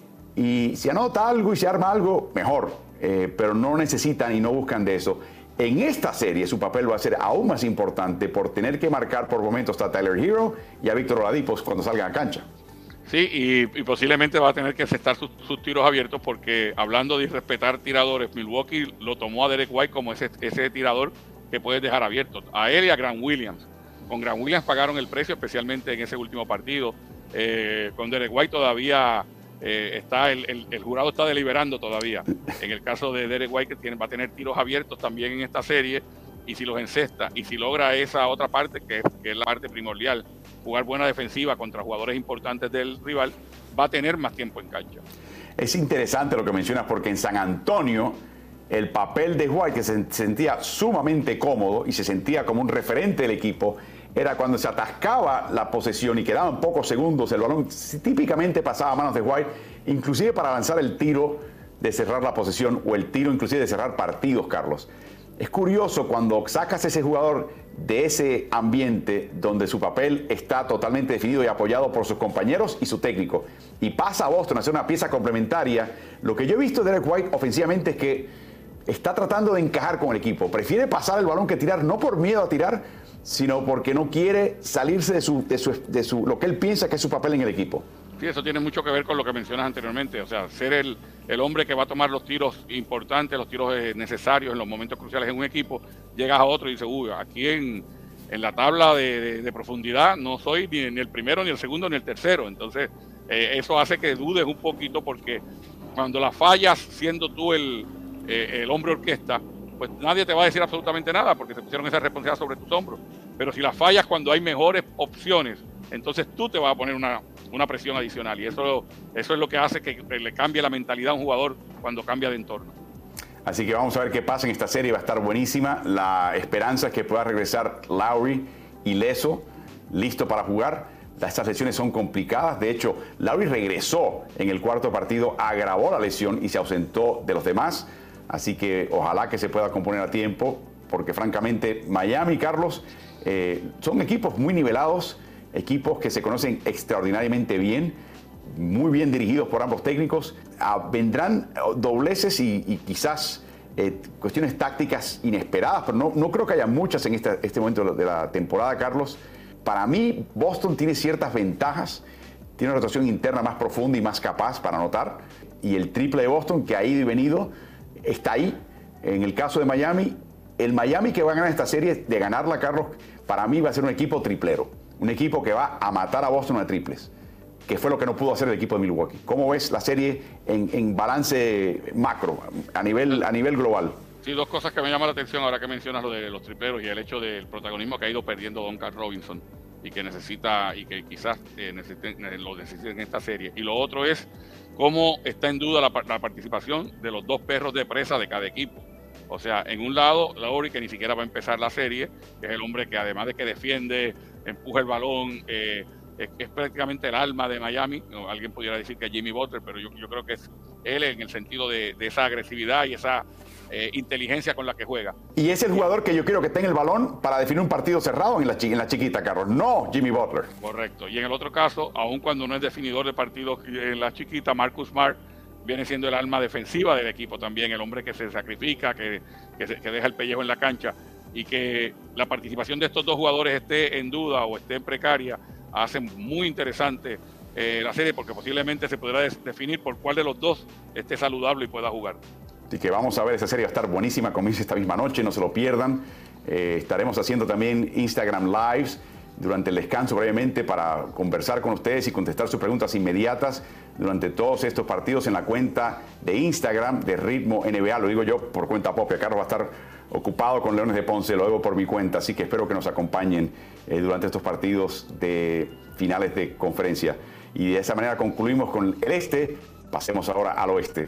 y si anota algo y se arma algo, mejor, eh, pero no necesitan y no buscan de eso. En esta serie su papel va a ser aún más importante por tener que marcar por momentos a Tyler Hero y a Víctor Oladipo cuando salgan a cancha. Sí, y, y posiblemente va a tener que aceptar sus, sus tiros abiertos, porque hablando de respetar tiradores, Milwaukee lo tomó a Derek White como ese, ese tirador que puedes dejar abierto. A él y a Grant Williams. Con Grant Williams pagaron el precio, especialmente en ese último partido. Eh, con Derek White todavía eh, está el, el, el jurado está deliberando todavía. En el caso de Derek White, que tiene, va a tener tiros abiertos también en esta serie, y si los encesta, y si logra esa otra parte, que, que es la parte primordial, jugar buena defensiva contra jugadores importantes del rival, va a tener más tiempo en cancha. Es interesante lo que mencionas, porque en San Antonio el papel de White, que se sentía sumamente cómodo y se sentía como un referente del equipo, era cuando se atascaba la posesión y quedaban pocos segundos, el balón típicamente pasaba a manos de White, inclusive para lanzar el tiro de cerrar la posesión o el tiro inclusive de cerrar partidos, Carlos. Es curioso cuando sacas a ese jugador de ese ambiente donde su papel está totalmente definido y apoyado por sus compañeros y su técnico, y pasa a Boston a ser una pieza complementaria. Lo que yo he visto de Derek White ofensivamente es que está tratando de encajar con el equipo. Prefiere pasar el balón que tirar, no por miedo a tirar, sino porque no quiere salirse de, su, de, su, de su, lo que él piensa que es su papel en el equipo. Sí, eso tiene mucho que ver con lo que mencionas anteriormente, o sea, ser el, el hombre que va a tomar los tiros importantes, los tiros eh, necesarios en los momentos cruciales en un equipo. Llegas a otro y dices, uy, aquí en, en la tabla de, de, de profundidad no soy ni, ni el primero, ni el segundo, ni el tercero. Entonces, eh, eso hace que dudes un poquito, porque cuando la fallas siendo tú el, eh, el hombre orquesta, pues nadie te va a decir absolutamente nada, porque se pusieron esa responsabilidad sobre tus hombros. Pero si la fallas cuando hay mejores opciones, entonces tú te vas a poner una, una presión adicional, y eso, eso es lo que hace que le cambie la mentalidad a un jugador cuando cambia de entorno. Así que vamos a ver qué pasa en esta serie, va a estar buenísima. La esperanza es que pueda regresar Lowry ileso, listo para jugar. Estas lesiones son complicadas. De hecho, Lowry regresó en el cuarto partido, agravó la lesión y se ausentó de los demás. Así que ojalá que se pueda componer a tiempo, porque francamente Miami, Carlos, eh, son equipos muy nivelados, equipos que se conocen extraordinariamente bien, muy bien dirigidos por ambos técnicos. Ah, vendrán dobleces y, y quizás eh, cuestiones tácticas inesperadas, pero no, no creo que haya muchas en este, este momento de la temporada, Carlos. Para mí, Boston tiene ciertas ventajas, tiene una rotación interna más profunda y más capaz para anotar, y el triple de Boston, que ha ido y venido, está ahí. En el caso de Miami, el Miami que va a ganar esta serie, de ganarla, Carlos, para mí va a ser un equipo triplero. Un equipo que va a matar a Boston a triples, que fue lo que no pudo hacer el equipo de Milwaukee. ¿Cómo ves la serie en, en balance macro, a nivel, a nivel global? Sí, dos cosas que me llaman la atención ahora que mencionas lo de los tripleros y el hecho del protagonismo que ha ido perdiendo Duncan Robinson y que necesita, y que quizás eh, necesite, lo necesite en esta serie. Y lo otro es cómo está en duda la, la participación de los dos perros de presa de cada equipo. O sea, en un lado, Lowry, que ni siquiera va a empezar la serie, que es el hombre que además de que defiende, empuja el balón, eh, es, es prácticamente el alma de Miami. No, alguien pudiera decir que es Jimmy Butler, pero yo, yo creo que es él en el sentido de, de esa agresividad y esa eh, inteligencia con la que juega. Y es el jugador que yo quiero que tenga el balón para definir un partido cerrado en la, en la chiquita, Carlos, no Jimmy Butler. Correcto. Y en el otro caso, aun cuando no es definidor de partidos en la chiquita, Marcus Smart viene siendo el alma defensiva del equipo también, el hombre que se sacrifica, que, que, se, que deja el pellejo en la cancha, y que la participación de estos dos jugadores esté en duda o esté en precaria, hace muy interesante eh, la serie, porque posiblemente se podrá definir por cuál de los dos esté saludable y pueda jugar. Así que vamos a ver, esa serie va a estar buenísima, comienza esta misma noche, no se lo pierdan. Eh, estaremos haciendo también Instagram Lives durante el descanso brevemente para conversar con ustedes y contestar sus preguntas inmediatas durante todos estos partidos en la cuenta de Instagram de Ritmo N B A. Lo digo yo por cuenta propia. Carlos va a estar ocupado con Leones de Ponce, lo hago por mi cuenta, así que espero que nos acompañen eh, durante estos partidos de finales de conferencia. Y de esa manera concluimos con el este, pasemos ahora al oeste.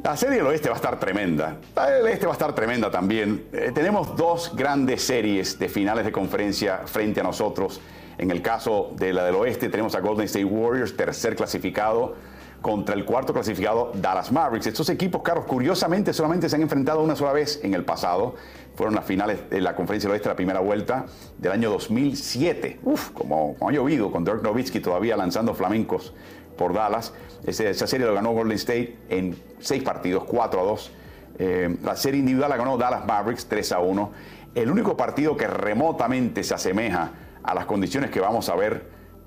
La serie del oeste va a estar tremenda. La del este va a estar tremenda también. Eh, tenemos dos grandes series de finales de conferencia frente a nosotros. En el caso de la del oeste tenemos a Golden State Warriors, tercer clasificado, contra el cuarto clasificado Dallas Mavericks. Estos equipos, Carlos, curiosamente solamente se han enfrentado una sola vez en el pasado. Fueron las finales de la conferencia del oeste, la primera vuelta del año dos mil siete. Uf, como, como ha llovido, con Dirk Nowitzki todavía lanzando flamencos por Dallas. Ese, esa serie lo ganó Golden State en seis partidos, cuatro a dos. Eh, la serie individual la ganó Dallas Mavericks tres a uno. El único partido que remotamente se asemeja a las condiciones que vamos a ver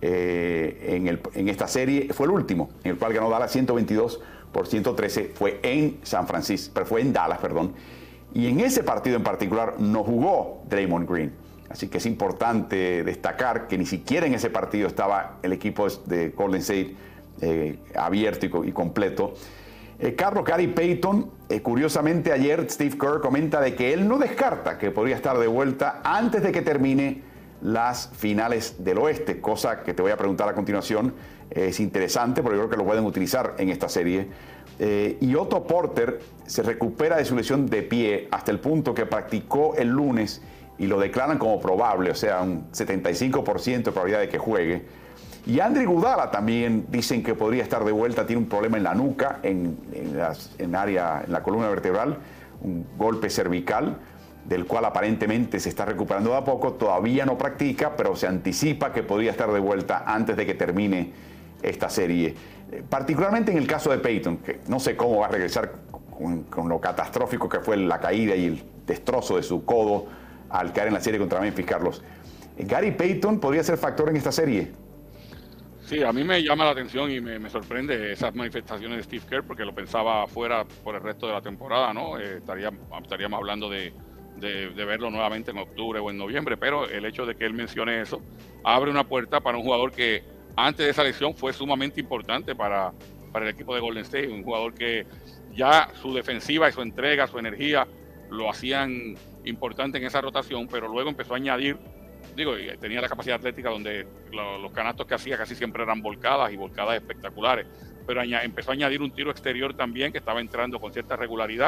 eh, en, el, en esta serie fue el último, en el cual ganó Dallas ciento veintidós por ciento trece. Fue en San Francisco, pero fue en Dallas, perdón. Y en ese partido en particular no jugó Draymond Green. Así que es importante destacar que ni siquiera en ese partido estaba el equipo de Golden State eh, abierto y, y completo. Eh, Carlos, Gary Payton, eh, curiosamente ayer Steve Kerr comenta de que él no descarta que podría estar de vuelta antes de que termine las finales del oeste, cosa que te voy a preguntar a continuación. Eh, es interesante porque creo que lo pueden utilizar en esta serie. Eh, y Otto Porter se recupera de su lesión de pie hasta el punto que practicó el lunes y lo declaran como probable, o sea, un setenta y cinco por ciento de probabilidad de que juegue. Y Andre Iguodala también dicen que podría estar de vuelta, tiene un problema en la nuca, en, en, las, en, área, en la columna vertebral, un golpe cervical, del cual aparentemente se está recuperando de a poco. Todavía no practica, pero se anticipa que podría estar de vuelta antes de que termine esta serie. Eh, particularmente en el caso de Payton, que no sé cómo va a regresar con, con lo catastrófico que fue la caída y el destrozo de su codo al caer en la serie contra Memphis, Carlos. ¿Gary Payton podría ser factor en esta serie? Sí, a mí me llama la atención y me, me sorprende esas manifestaciones de Steve Kerr, porque lo pensaba fuera por el resto de la temporada, ¿no? Eh, estaría, estaríamos hablando de, de, de verlo nuevamente en octubre o en noviembre, pero el hecho de que él mencione eso abre una puerta para un jugador que antes de esa lesión fue sumamente importante para, para el equipo de Golden State, un jugador que ya su defensiva y su entrega, su energía lo hacían importante en esa rotación, pero luego empezó a añadir, digo, tenía la capacidad atlética donde lo, los canastos que hacía casi siempre eran volcadas y volcadas espectaculares, pero aña, empezó a añadir un tiro exterior también que estaba entrando con cierta regularidad,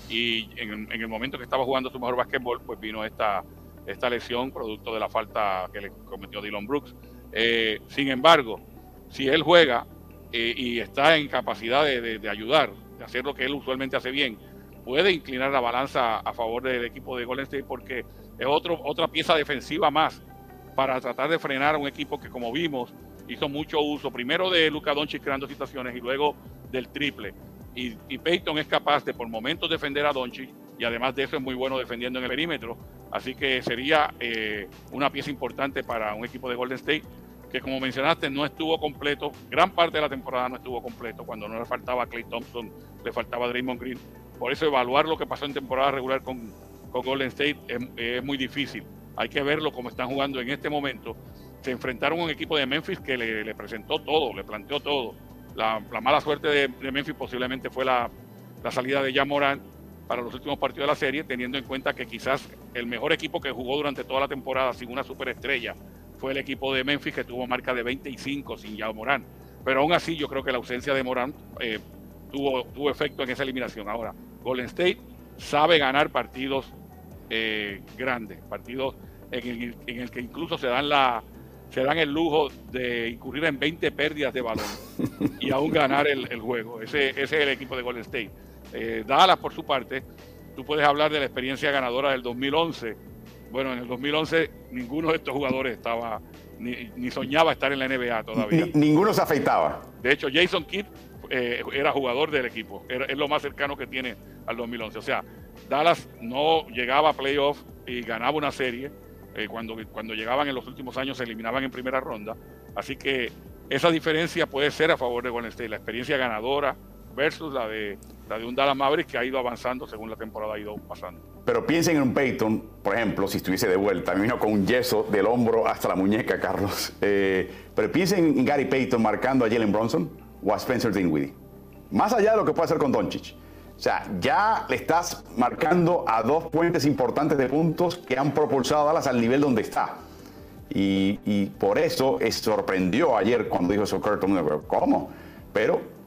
y en, en el momento que estaba jugando su mejor básquetbol, pues vino esta, esta lesión producto de la falta que le cometió Dillon Brooks. Eh, sin embargo, si él juega eh, y está en capacidad de, de, de ayudar, de hacer lo que él usualmente hace bien, puede inclinar la balanza a favor del equipo de Golden State, porque es otro, otra pieza defensiva más para tratar de frenar a un equipo que, como vimos, hizo mucho uso primero de Luka Doncic creando situaciones y luego del triple. Y, y Payton es capaz de por momentos defender a Doncic, y además de eso es muy bueno defendiendo en el perímetro. Así que sería eh, una pieza importante para un equipo de Golden State que, como mencionaste, no estuvo completo. Gran parte de la temporada no estuvo completo. Cuando no le faltaba a Klay Thompson, le faltaba a Draymond Green. Por eso evaluar lo que pasó en temporada regular con, con Golden State es, es muy difícil. Hay que verlo como están jugando en este momento. Se enfrentaron a un equipo de Memphis que le, le presentó todo, le planteó todo. La, la mala suerte de, de Memphis posiblemente fue la, la salida de Ja Morant para los últimos partidos de la serie, teniendo en cuenta que quizás el mejor equipo que jugó durante toda la temporada sin una superestrella fue el equipo de Memphis, que tuvo marca de veinticinco sin Ja Morant. Pero aún así yo creo que la ausencia de Morant eh, tuvo, tuvo efecto en esa eliminación. Ahora, Golden State sabe ganar partidos eh, grandes, partidos en el, en el que incluso se dan la se dan el lujo de incurrir en veinte pérdidas de balón y aún ganar el, el juego. Ese, ese es el equipo de Golden State. Eh, Dallas, por su parte, tú puedes hablar de la experiencia ganadora del dos mil once. Bueno, en el dos mil once ninguno de estos jugadores estaba ni, ni soñaba estar en la N B A todavía. Ni, ninguno se afeitaba. De hecho, Jason Kidd eh, era jugador del equipo. Era, es lo más cercano que tiene al dos mil once. O sea, Dallas no llegaba a playoff y ganaba una serie. Eh, cuando, cuando llegaban en los últimos años se eliminaban en primera ronda. Así que esa diferencia puede ser a favor de Golden State, la experiencia ganadora versus la de, la de un Dallas Mavericks que ha ido avanzando según la temporada ha ido pasando. Pero piensen en un Payton, por ejemplo, si estuviese de vuelta, me vino con un yeso del hombro hasta la muñeca, Carlos. Eh, pero piensen en Gary Payton marcando a Jalen Brunson o a Spencer Dinwiddie. Más allá de lo que puede hacer con Doncic. O sea, ya le estás marcando a dos puentes importantes de puntos que han propulsado a Dallas al nivel donde está. Y, y por eso es, sorprendió ayer cuando dijo eso Curtin, ¿cómo? Pero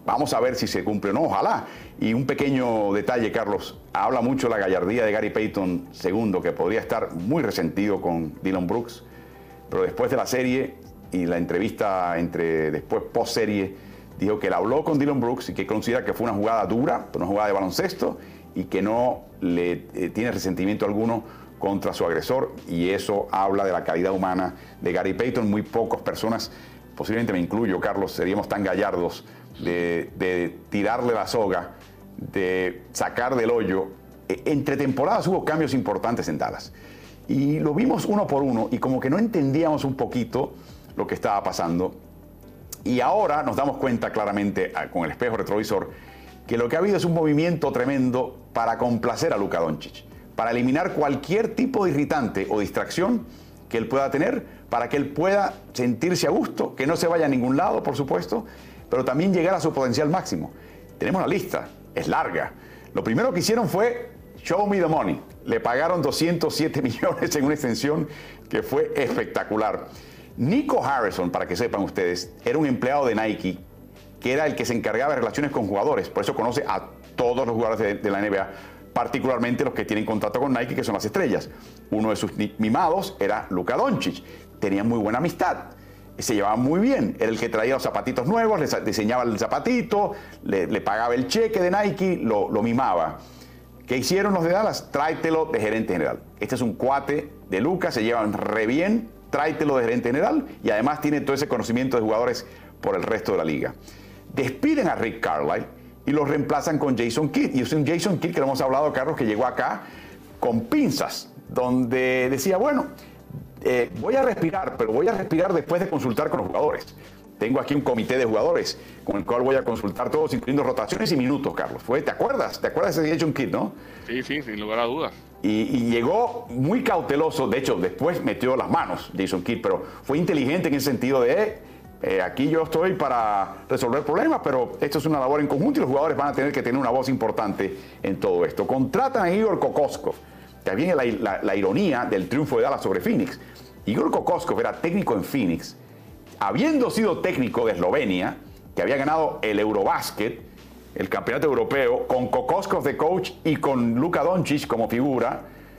Vamos a ver si se cumple o no, ojalá. Y un pequeño detalle, Carlos, habla mucho la gallardía de Gary Payton segundo, que podría estar muy resentido con Dillon Brooks, pero después de la serie y la entrevista entre después post serie, dijo que él habló con Dillon Brooks y que considera que fue una jugada dura, una jugada de baloncesto, y que no le eh, tiene resentimiento alguno contra su agresor, y eso habla de la calidad humana de Gary Payton. Muy pocas personas, posiblemente me incluyo, Carlos, seríamos tan gallardos de, de tirarle la soga, de sacar del hoyo. Entre temporadas hubo cambios importantes en Dallas y lo vimos uno por uno y como que no entendíamos un poquito lo que estaba pasando, y ahora nos damos cuenta claramente con el espejo retrovisor que lo que ha habido es un movimiento tremendo para complacer a Luka Doncic, para eliminar cualquier tipo de irritante o distracción que él pueda tener, para que él pueda sentirse a gusto, que no se vaya a ningún lado, por supuesto, pero también llegar a su potencial máximo. Tenemos una lista, es larga. Lo primero que hicieron fue show me the money. Le pagaron doscientos siete millones en una extensión que fue espectacular. Nico Harrison, para que sepan ustedes, era un empleado de Nike, que era el que se encargaba de relaciones con jugadores, por eso conoce a todos los jugadores de, de la N B A, particularmente los que tienen contrato con Nike, que son las estrellas. Uno de sus mimados era Luka Doncic. Tenían muy buena amistad, se llevaban muy bien. Era el que traía los zapatitos nuevos, le diseñaba el zapatito, le, le pagaba el cheque de Nike, lo, lo mimaba. ¿Qué hicieron los de Dallas? Tráetelo de gerente general. Este es un cuate de Luka, se llevan re bien, tráetelo de gerente general, y además tiene todo ese conocimiento de jugadores por el resto de la liga. Despiden a Rick Carlisle y lo reemplazan con Jason Kidd. Y es un Jason Kidd que lo hemos hablado, Carlos, que llegó acá con pinzas, donde decía, bueno, eh, voy a respirar, pero voy a respirar después de consultar con los jugadores. Tengo aquí un comité de jugadores con el cual voy a consultar todos, incluyendo rotaciones y minutos, Carlos. Fue, ¿te acuerdas? ¿Te acuerdas de ese Jason Kidd, no? Sí, sí, sin lugar a dudas. Y, y llegó muy cauteloso. De hecho, después metió las manos Jason Kidd, pero fue inteligente en el sentido de... Eh, aquí yo estoy para resolver problemas, pero esto es una labor en conjunto y los jugadores van a tener que tener una voz importante en todo esto. Contratan a Igor Kokoskov, que viene la, la, la ironía del triunfo de Dallas sobre Phoenix. Igor Kokoskov era técnico en Phoenix, habiendo sido técnico de Eslovenia, que había ganado el Eurobasket, el campeonato europeo, con Kokoskov de coach y con Luka Doncic como figura,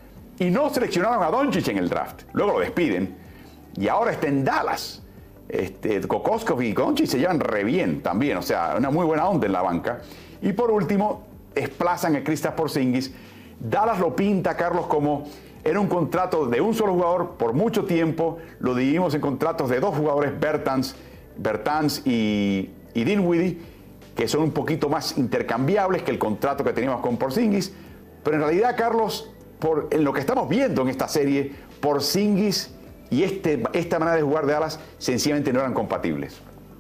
y no seleccionaron a Doncic en el draft. Luego lo despiden y ahora está en Dallas. Este, Kokoskov y Doncic se llevan re bien también, o sea, una muy buena onda en la banca. Y por último, desplazan a Kristaps Porzingis. Dallas lo pinta, Carlos, como era un contrato de un solo jugador por mucho tiempo. Lo dividimos en contratos de dos jugadores, Bertans, Bertans y, y Dinwiddie, que son un poquito más intercambiables que el contrato que teníamos con Porzingis. Pero en realidad, Carlos, por, en lo que estamos viendo en esta serie, Porzingis y este, esta manera de jugar de Dallas sencillamente no eran compatibles.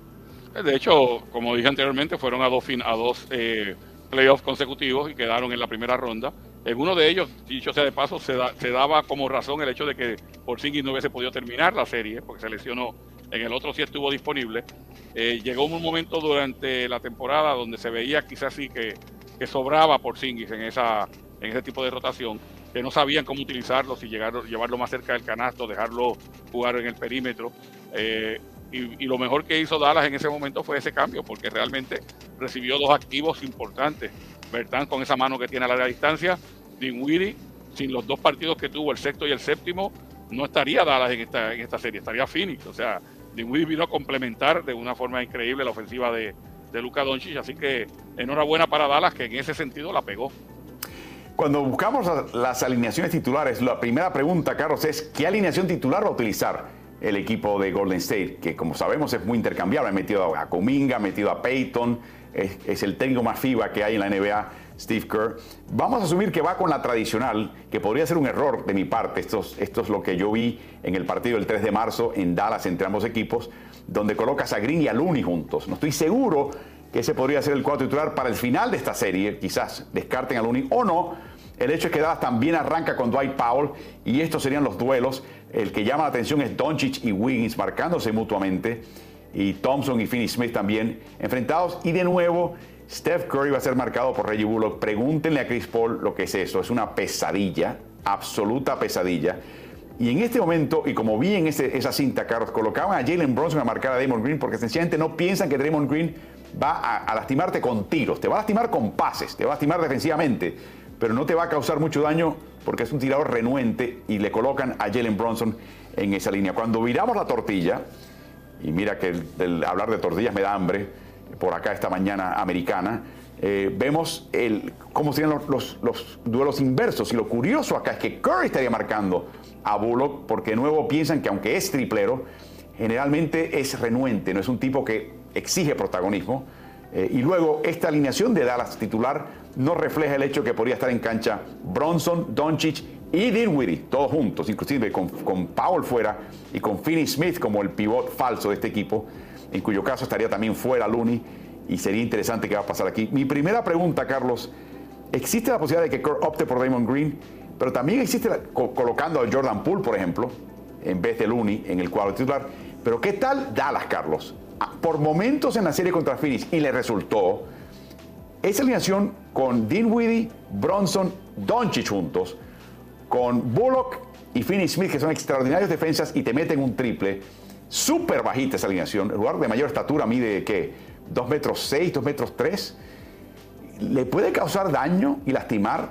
De hecho, como dije anteriormente, fueron a dos, fin, a dos eh, playoffs consecutivos y quedaron en la primera ronda. En uno de ellos, dicho sea de paso, se, da, se daba como razón el hecho de que Porzingis no hubiese podido terminar la serie porque se lesionó. En el otro sí estuvo disponible. Eh, llegó un momento durante la temporada donde se veía quizás sí que, que sobraba Porzingis en, esa, en ese tipo de rotación, que no sabían cómo utilizarlo, si llegarlo, llevarlo más cerca del canasto, dejarlo jugar en el perímetro. Eh, y, y lo mejor que hizo Dallas en ese momento fue ese cambio, porque realmente recibió dos activos importantes. Bertans con esa mano que tiene a larga distancia, Dinwiddie, sin los dos partidos que tuvo, el sexto y el séptimo, no estaría Dallas en esta, en esta serie, estaría Phoenix. O sea, Dinwiddie vino a complementar de una forma increíble la ofensiva de, de Luka Doncic, así que enhorabuena para Dallas, que en ese sentido la pegó. Cuando buscamos las alineaciones titulares, la primera pregunta, Carlos, es ¿qué alineación titular va a utilizar el equipo de Golden State? Que como sabemos es muy intercambiable. Ha metido a Kuminga, ha metido a Payton, es, es el técnico más FIBA que hay en la N B A, Steve Kerr. Vamos a asumir que va con la tradicional, que podría ser un error de mi parte. Esto, esto es lo que yo vi en el partido del tres de marzo en Dallas entre ambos equipos, donde colocas a Green y a Looney juntos. No estoy seguro que ese podría ser el cuadro titular para el final de esta serie. Quizás descarten a Looney o no. El hecho es que Dallas también arranca con Dwight Powell y estos serían los duelos. El que llama la atención es Doncic y Wiggins marcándose mutuamente, y Thompson y Finney-Smith también enfrentados. Y de nuevo, Steph Curry va a ser marcado por Reggie Bullock. Pregúntenle a Chris Paul lo que es eso. Es una pesadilla, absoluta pesadilla. Y en este momento, y como vi en ese, esa cinta, Carlos, colocaban a Jalen Brunson a marcar a Draymond Green porque sencillamente no piensan que Draymond Green va a, a lastimarte con tiros, te va a lastimar con pases, te va a lastimar defensivamente, pero no te va a causar mucho daño porque es un tirador renuente y le colocan a Jalen Brunson en esa línea. Cuando viramos la tortilla, y mira que el, el hablar de tortillas me da hambre por acá esta mañana americana, eh, vemos el, cómo serían los, los, los duelos inversos. Y lo curioso acá es que Curry estaría marcando a Bullock porque de nuevo piensan que aunque es triplero, generalmente es renuente, no es un tipo que exige protagonismo. Eh, y luego esta alineación de Dallas titular no refleja el hecho que podría estar en cancha Brunson, Doncic y Dinwiddie, todos juntos, inclusive con, con Powell fuera y con Finney Smith como el pivot falso de este equipo, en cuyo caso estaría también fuera Looney, y sería interesante qué va a pasar aquí. Mi primera pregunta, Carlos, ¿existe la posibilidad de que Kerr opte por Draymond Green? Pero también existe la, co colocando a Jordan Poole, por ejemplo, en vez de Looney en el cuadro titular. Pero ¿qué tal Dallas, Carlos? Por momentos en la serie contra Phoenix, y le resultó, esa alineación con Dinwiddie, Brunson, Doncic juntos, con Bullock y Finney Smith, que son extraordinarias defensas, y te meten un triple, súper bajita esa alineación. El jugador de mayor estatura mide, ¿qué? dos metros seis, dos metros tres. Le puede causar daño y lastimar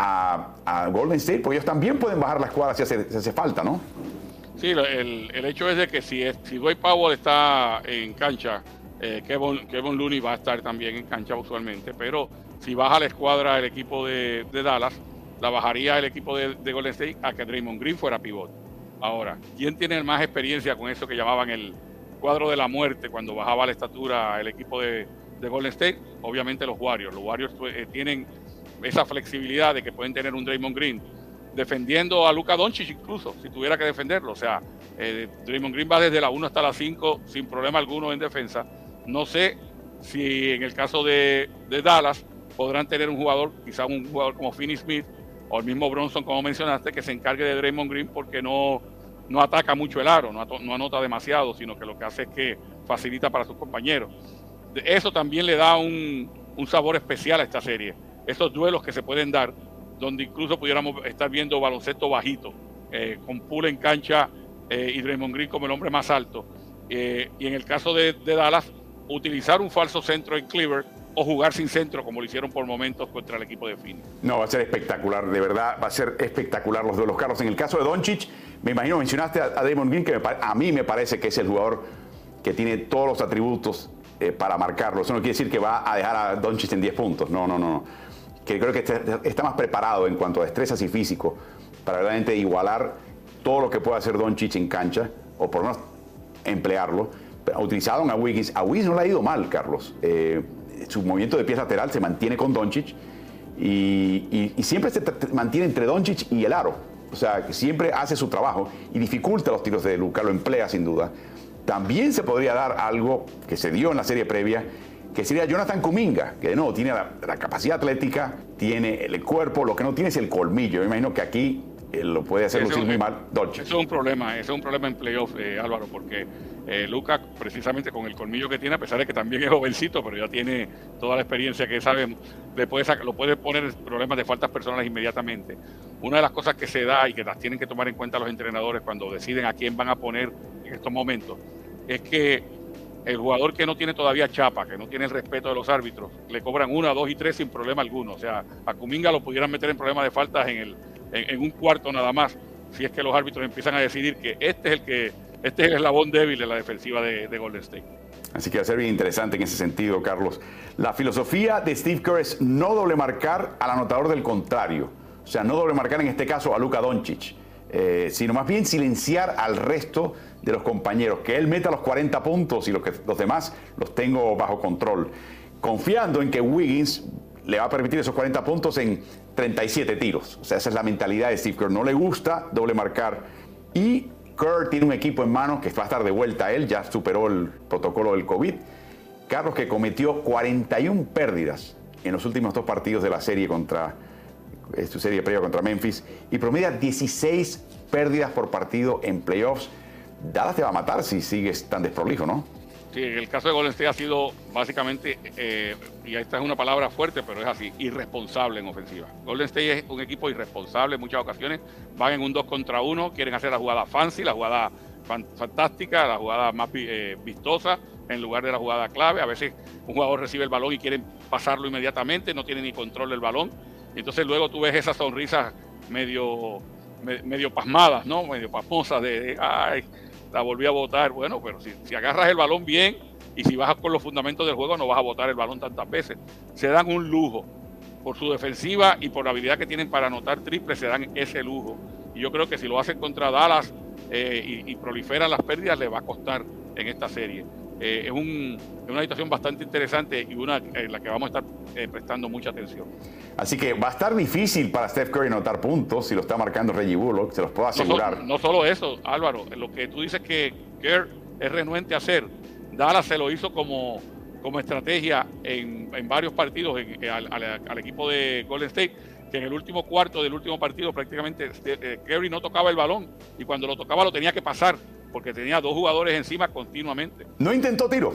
a, a Golden State, porque ellos también pueden bajar la escuadra si hace, si hace falta, ¿no? Sí, el, el hecho es de que si, es, si Dwight Powell está en cancha, eh, Kevin, Kevin Looney va a estar también en cancha usualmente, pero si baja la escuadra el equipo de, de Dallas, la bajaría el equipo de, de Golden State a que Draymond Green fuera pivot. Ahora, ¿quién tiene más experiencia con eso que llamaban el cuadro de la muerte cuando bajaba la estatura el equipo de, de Golden State? Obviamente los Warriors. Los Warriors eh, tienen esa flexibilidad de que pueden tener un Draymond Green defendiendo a Luka Doncic incluso, si tuviera que defenderlo. O sea, eh, Draymond Green va desde la uno hasta la cinco sin problema alguno en defensa. No sé si en el caso de, de Dallas podrán tener un jugador, quizá un jugador como Finney Smith o el mismo Brunson, como mencionaste, que se encargue de Draymond Green porque no, no ataca mucho el aro, no, no anota demasiado, sino que lo que hace es que facilita para sus compañeros. Eso también le da un, un sabor especial a esta serie. Esos duelos que se pueden dar, donde incluso pudiéramos estar viendo baloncesto bajito, eh, con Poole en cancha eh, y Draymond Green como el hombre más alto. Eh, y en el caso de, de Dallas, utilizar un falso centro en Cleaver o jugar sin centro, como lo hicieron por momentos contra el equipo de Phoenix. No, va a ser espectacular, de verdad, va a ser espectacular los duelos, Carlos. En el caso de Doncic, me imagino, mencionaste a, a Draymond Green, que me, a mí me parece que es el jugador que tiene todos los atributos eh, para marcarlo. Eso no quiere decir que va a dejar a Doncic en diez puntos, no, no, no. Que creo que está, está más preparado en cuanto a destrezas y físico para verdaderamente igualar todo lo que pueda hacer Doncic en cancha, o por lo menos emplearlo. Utilizaron a Wiggins. A Wiggins no le ha ido mal, Carlos. Eh, su movimiento de pie lateral se mantiene con Doncic y, y, y siempre se mantiene entre Doncic y el aro. O sea, siempre hace su trabajo y dificulta los tiros de Luka, lo emplea sin duda. También se podría dar algo que se dio en la serie previa, que sería Jonathan Kuminga, que de nuevo tiene la, la capacidad atlética, tiene el cuerpo, lo que no tiene es el colmillo. Yo imagino que aquí eh, lo puede hacer lucir muy mal Doncic. Eso es un problema, eso es un problema en playoff, eh, Álvaro, porque eh, Luka, precisamente con el colmillo que tiene, a pesar de que también es jovencito, pero ya tiene toda la experiencia que sabemos, le puede sacar, lo puede poner en problemas de faltas personales inmediatamente. Una de las cosas que se da y que las tienen que tomar en cuenta los entrenadores cuando deciden a quién van a poner en estos momentos, es que el jugador que no tiene todavía chapa, que no tiene el respeto de los árbitros, le cobran una, dos y tres sin problema alguno. O sea, a Kuminga lo pudieran meter en problemas de faltas en, el, en, en un cuarto nada más, si es que los árbitros empiezan a decidir que este es el que este es el eslabón débil de la defensiva de, de Golden State. Así que va a ser bien interesante en ese sentido, Carlos. La filosofía de Steve Kerr es no doble marcar al anotador del contrario. O sea, no doble marcar en este caso a Luka Doncic, eh, sino más bien silenciar al resto de los compañeros, que él meta los cuarenta puntos y los, que, los demás los tengo bajo control, confiando en que Wiggins le va a permitir esos cuarenta puntos en treinta y siete tiros. O sea, esa es la mentalidad de Steve Kerr. No le gusta doble marcar. Y Kerr tiene un equipo en manos que va a estar de vuelta a él, ya superó el protocolo del COVID. Carlos, que cometió cuarenta y una pérdidas en los últimos dos partidos de la serie contra su serie previa contra Memphis y promedia dieciséis pérdidas por partido en playoffs. Dallas te va a matar si sigues tan desprolijo, ¿no? Sí, el caso de Golden State ha sido básicamente, eh, y esta es una palabra fuerte, pero es así, irresponsable en ofensiva. Golden State es un equipo irresponsable en muchas ocasiones. Van en un dos contra uno, quieren hacer la jugada fancy, la jugada fan, fantástica, la jugada más eh, vistosa, en lugar de la jugada clave. A veces un jugador recibe el balón y quieren pasarlo inmediatamente, no tienen ni control del balón. Entonces luego tú ves esas sonrisas medio, me, medio pasmadas, ¿no? Medio pasmosas de, de, ay, la volví a botar. Bueno, pero si, si agarras el balón bien y si vas con los fundamentos del juego, no vas a botar el balón tantas veces. Se dan un lujo. Por su defensiva y por la habilidad que tienen para anotar triples, se dan ese lujo. Y yo creo que si lo hacen contra Dallas eh, y, y proliferan las pérdidas, les va a costar en esta serie. Eh, es, un, es una situación bastante interesante y una en la que vamos a estar eh, prestando mucha atención. Así que va a estar difícil para Steph Curry anotar puntos si lo está marcando Reggie Bullock, se los puedo asegurar. No, so, no solo eso, Álvaro, lo que tú dices que Kerr es renuente a hacer, Dallas se lo hizo como... como estrategia en, en varios partidos en, en, al, al, al equipo de Golden State, que en el último cuarto del último partido prácticamente eh, Curry no tocaba el balón y cuando lo tocaba lo tenía que pasar porque tenía dos jugadores encima continuamente. No intentó tiro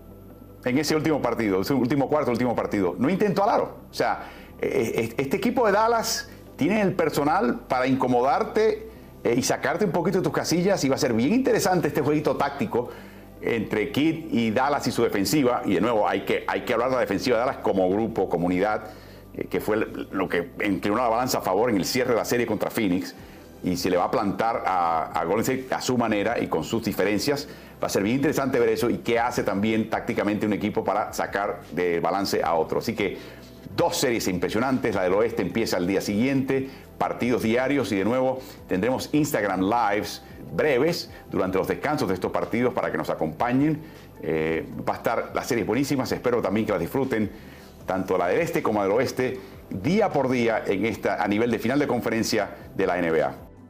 en ese último partido, ese último cuarto, último partido. No intentó al aro. O sea, eh, este equipo de Dallas tiene el personal para incomodarte eh, y sacarte un poquito de tus casillas y va a ser bien interesante este jueguito táctico entre Kidd y Dallas y su defensiva. Y de nuevo hay que, hay que hablar de la defensiva de Dallas como grupo, comunidad, eh, que fue lo que inclinó la balanza a favor en el cierre de la serie contra Phoenix. Y se le va a plantar a, a Golden State a su manera y con sus diferencias. Va a ser bien interesante ver eso y qué hace también tácticamente un equipo para sacar de balance a otro. Así que dos series impresionantes. La del oeste empieza al día siguiente, partidos diarios y de nuevo tendremos Instagram Lives breves durante los descansos de estos partidos para que nos acompañen. Eh, va a estar las series buenísimas, espero también que las disfruten, tanto la del este como la del oeste, día por día en esta, a nivel de final de conferencia de la N B A.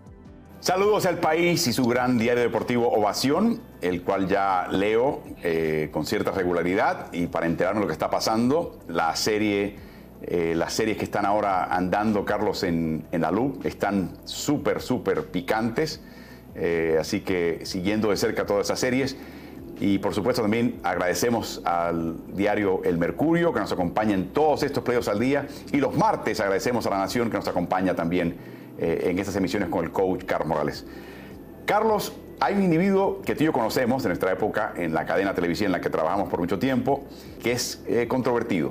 Saludos al país y su gran diario deportivo Ovación, el cual ya leo eh, con cierta regularidad y para enterarme de lo que está pasando. La serie, eh, las series que están ahora andando, Carlos, en, en la L U están súper, súper picantes. Eh, así que siguiendo de cerca todas esas series y por supuesto también agradecemos al diario El Mercurio que nos acompaña en todos estos playoffs al día y los martes agradecemos a La Nación que nos acompaña también eh, en estas emisiones con el coach Carlos Morales. Carlos, hay un individuo que tú y yo conocemos de nuestra época en la cadena televisiva en la que trabajamos por mucho tiempo que es eh, controvertido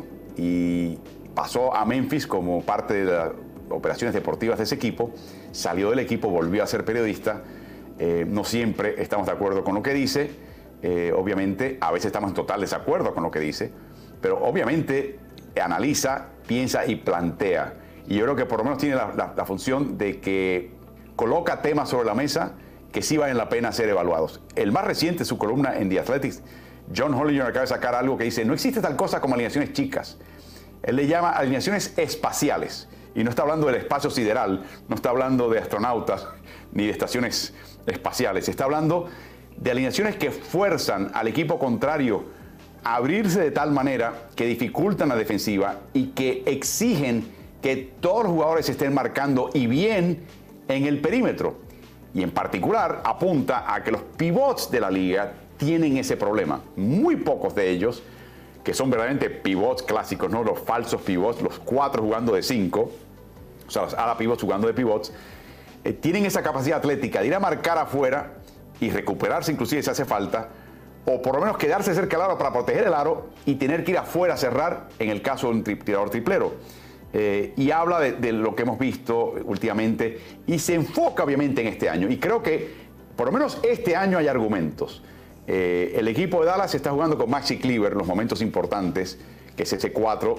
y pasó a Memphis como parte de las operaciones deportivas de ese equipo, salió del equipo, volvió a ser periodista. Eh, no siempre estamos de acuerdo con lo que dice, eh, obviamente a veces estamos en total desacuerdo con lo que dice, pero obviamente analiza, piensa y plantea. Y yo creo que por lo menos tiene la, la, la función de que coloca temas sobre la mesa que sí valen la pena ser evaluados. El más reciente, su columna en The Athletic, John Hollinger acaba de sacar algo que dice, no existe tal cosa como alineaciones chicas. Él le llama alineaciones espaciales. Y no está hablando del espacio sideral, no está hablando de astronautas ni de estaciones espaciales. Está hablando de alineaciones que fuerzan al equipo contrario a abrirse de tal manera que dificultan la defensiva y que exigen que todos los jugadores estén marcando y bien en el perímetro. Y en particular apunta a que los pivots de la liga tienen ese problema. Muy pocos de ellos, que son verdaderamente pivots clásicos, no los falsos pivots, los cuatro jugando de cinco, o sea, los ala pivots jugando de pivots, eh, tienen esa capacidad atlética de ir a marcar afuera y recuperarse inclusive si hace falta, o por lo menos quedarse cerca del aro para proteger el aro y tener que ir afuera a cerrar en el caso de un tri tirador triplero. Eh, y habla de, de lo que hemos visto últimamente y se enfoca obviamente en este año. Y creo que por lo menos este año hay argumentos. Eh, el equipo de Dallas está jugando con Maxi Kleber en los momentos importantes, que es ese cuatro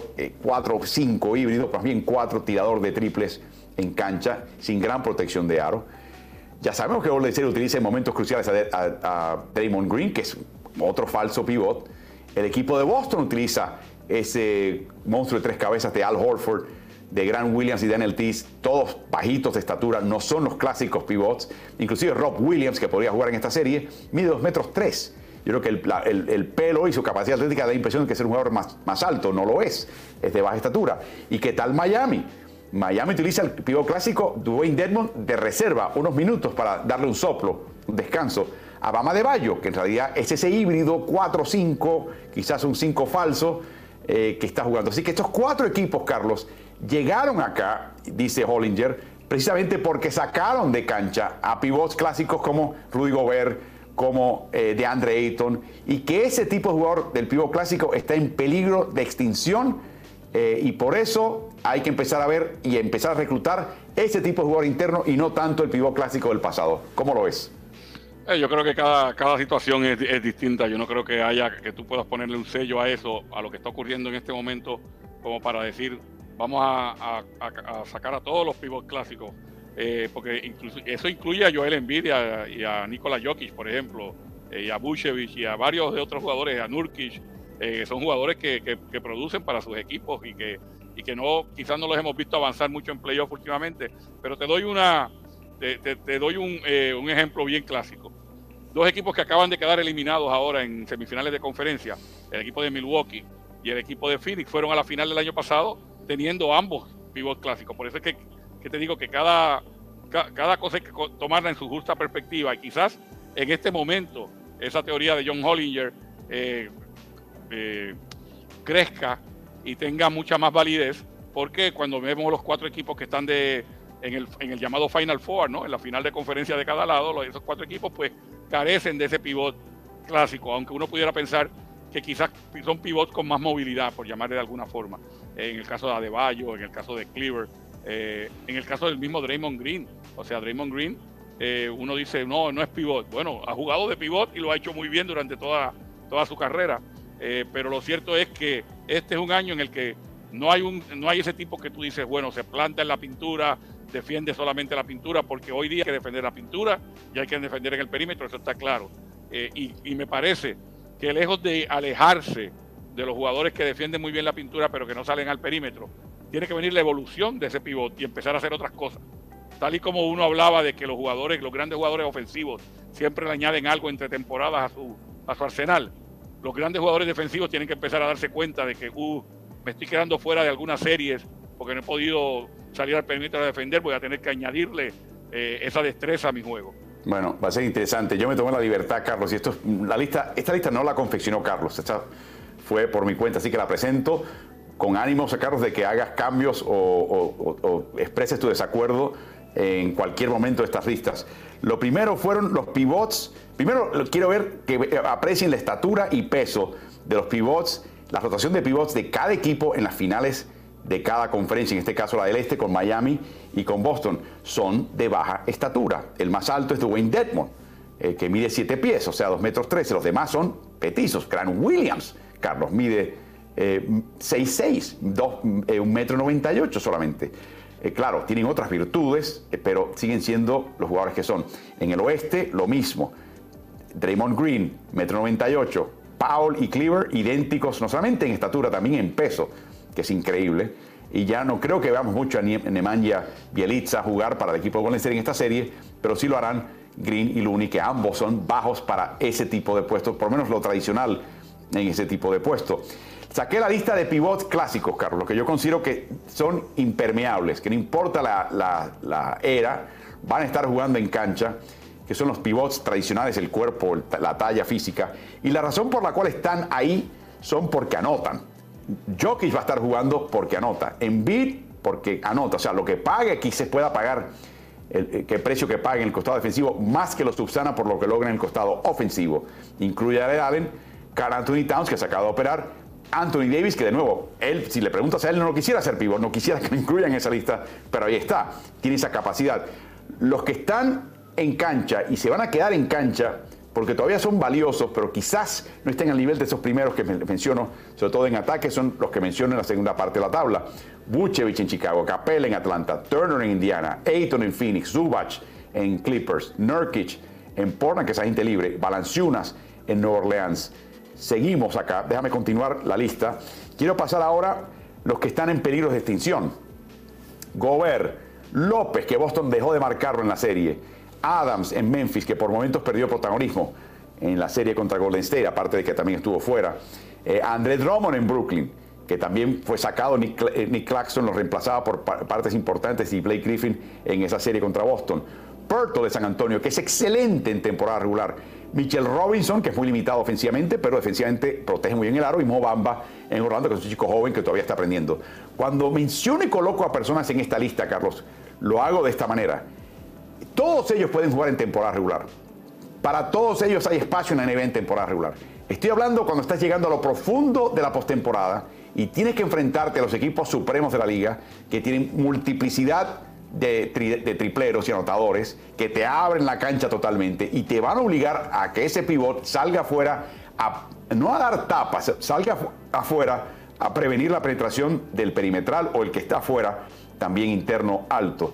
cinco híbrido, más bien cuatro tirador de triples en cancha, sin gran protección de aro. Ya sabemos que Golden State utiliza en momentos cruciales a, a, a Draymond Green, que es otro falso pivot. El equipo de Boston utiliza ese monstruo de tres cabezas de Al Horford, de Grant Williams y Daniel Theis, todos bajitos de estatura, no son los clásicos pivots. Inclusive Rob Williams, que podría jugar en esta serie, mide dos metros tres. Yo creo que el, la, el, el pelo y su capacidad atlética da la impresión de que es un jugador más, más alto. No lo es, es de baja estatura. ¿Y qué tal Miami? Miami utiliza el pivot clásico Dwayne Dedmon de reserva, unos minutos para darle un soplo, un descanso a Bam Adebayo, que en realidad es ese híbrido cuatro cinco, quizás un cinco falso, eh, que está jugando. Así que estos cuatro equipos, Carlos, llegaron acá, dice Hollinger, precisamente porque sacaron de cancha a pivots clásicos como Rudy Gobert, como eh, DeAndre Ayton, y que ese tipo de jugador del pívot clásico está en peligro de extinción, eh, y por eso hay que empezar a ver y empezar a reclutar ese tipo de jugador interno y no tanto el pívot clásico del pasado. ¿Cómo lo ves? Eh, yo creo que cada, cada situación es, es distinta. Yo no creo que haya que tú puedas ponerle un sello a eso, a lo que está ocurriendo en este momento, como para decir, vamos a, a, a, a sacar a todos los pivots clásicos. Eh, porque incluso, eso incluye a Joel Embiid y a, y a Nikola Jokic, por ejemplo, eh, y a Vucevic y a varios de otros jugadores, a Nurkic. Eh, son jugadores que, que, que producen para sus equipos y que, y que no, quizás no los hemos visto avanzar mucho en playoff últimamente. Pero te doy una te, te, te doy un, eh, un ejemplo bien clásico. Dos equipos que acaban de quedar eliminados ahora en semifinales de conferencia, el equipo de Milwaukee y el equipo de Phoenix, fueron a la final del año pasado teniendo ambos pivots clásicos. Por eso es que que te digo que cada, ca, cada cosa hay que tomarla en su justa perspectiva, y quizás en este momento esa teoría de John Hollinger eh, eh, crezca y tenga mucha más validez, porque cuando vemos los cuatro equipos que están de, en, el, en el llamado Final Four, ¿no? En la final de conferencia de cada lado, los, esos cuatro equipos pues carecen de ese pivot clásico, aunque uno pudiera pensar que quizás son pivots con más movilidad, por llamarle de alguna forma, en el caso de Adebayo, en el caso de Cleaver, Eh, en el caso del mismo Draymond Green. O sea, Draymond Green, eh, uno dice, no, no es pivot. Bueno, ha jugado de pivot y lo ha hecho muy bien durante toda, toda su carrera. Eh, pero lo cierto es que este es un año en el que no hay, un, no hay ese tipo que tú dices, bueno, se planta en la pintura, defiende solamente la pintura, porque hoy día hay que defender la pintura y hay que defender en el perímetro, eso está claro. Eh, y, y me parece que lejos de alejarse de los jugadores que defienden muy bien la pintura pero que no salen al perímetro, tiene que venir la evolución de ese pivot y empezar a hacer otras cosas. Tal y como uno hablaba de que los jugadores, los grandes jugadores ofensivos, siempre le añaden algo entre temporadas a su, a su arsenal. Los grandes jugadores defensivos tienen que empezar a darse cuenta de que uh, me estoy quedando fuera de algunas series porque no he podido salir al perímetro a defender, voy a tener que añadirle eh, esa destreza a mi juego. Bueno, va a ser interesante. Yo me tomé la libertad, Carlos, y esto es, la lista, esta lista no la confeccionó Carlos, esta fue por mi cuenta, así que la presento con ánimo, Carlos, de que hagas cambios o, o, o, o expreses tu desacuerdo en cualquier momento de estas listas. Lo primero fueron los pivots. Primero quiero ver que aprecien la estatura y peso de los pivots, la rotación de pivots de cada equipo en las finales de cada conferencia, en este caso la del Este con Miami y con Boston. Son de baja estatura. El más alto es Dwayne Dedmon, eh, que mide siete pies, o sea, dos metros trece. Los demás son petizos. Grant Williams, Carlos, mide Eh, seis seis, eh, un metro noventa y ocho solamente. Eh, claro, tienen otras virtudes, eh, pero siguen siendo los jugadores que son. En el oeste, lo mismo. Draymond Green, metro noventa y ocho. Powell y Cleaver, idénticos, no solamente en estatura, también en peso, que es increíble. Y ya no creo que veamos mucho a Nemanja Bjelica jugar para el equipo de Golden State en esta serie, pero sí lo harán Green y Looney, que ambos son bajos para ese tipo de puestos, por lo menos lo tradicional en ese tipo de puesto. Saqué la lista de pivots clásicos, Carlos, los que yo considero que son impermeables, que no importa la, la, la era, van a estar jugando en cancha, que son los pivots tradicionales, el cuerpo, la talla física. Y la razón por la cual están ahí son porque anotan. Jokic va a estar jugando porque anota. Embiid porque anota. O sea, lo que pague aquí se pueda pagar, el, el, el precio que pague en el costado defensivo, más que lo subsana por lo que logra en el costado ofensivo. Incluye a Red Allen, Karl Anthony Towns, que se acaba de operar, Anthony Davis, que de nuevo, él, si le preguntas a él, no lo quisiera hacer pivot, no quisiera que lo incluyan en esa lista, pero ahí está, tiene esa capacidad. Los que están en cancha y se van a quedar en cancha, porque todavía son valiosos, pero quizás no estén al nivel de esos primeros que menciono, sobre todo en ataque, son los que menciono en la segunda parte de la tabla. Vucevic en Chicago, Capela en Atlanta, Turner en Indiana, Ayton en Phoenix, Zubac en Clippers, Nurkic en Portland, que es agente libre, Valanciunas en Nueva Orleans. Seguimos acá, déjame continuar la lista. Quiero pasar ahora los que están en peligro de extinción. Gobert, López, que Boston dejó de marcarlo en la serie. Adams en Memphis, que por momentos perdió protagonismo en la serie contra Golden State, aparte de que también estuvo fuera. Eh, Andre Drummond en Brooklyn, que también fue sacado. Nick, eh, Nick Claxton lo reemplazaba por partes importantes, y Blake Griffin en esa serie contra Boston. Purtle de San Antonio, que es excelente en temporada regular. Mitchell Robinson, que es muy limitado ofensivamente, pero defensivamente protege muy bien el aro. Y Mo Bamba en Orlando, que es un chico joven que todavía está aprendiendo. Cuando menciono y coloco a personas en esta lista, Carlos, lo hago de esta manera. Todos ellos pueden jugar en temporada regular, Para todos ellos hay espacio en la N B A en temporada regular. Estoy hablando cuando estás llegando a lo profundo de la postemporada y tienes que enfrentarte a los equipos supremos de la liga que tienen multiplicidad de, tri de tripleros y anotadores que te abren la cancha totalmente y te van a obligar a que ese pivot salga afuera, a, no a dar tapas, salga afuera a prevenir la penetración del perimetral o el que está afuera, también interno alto.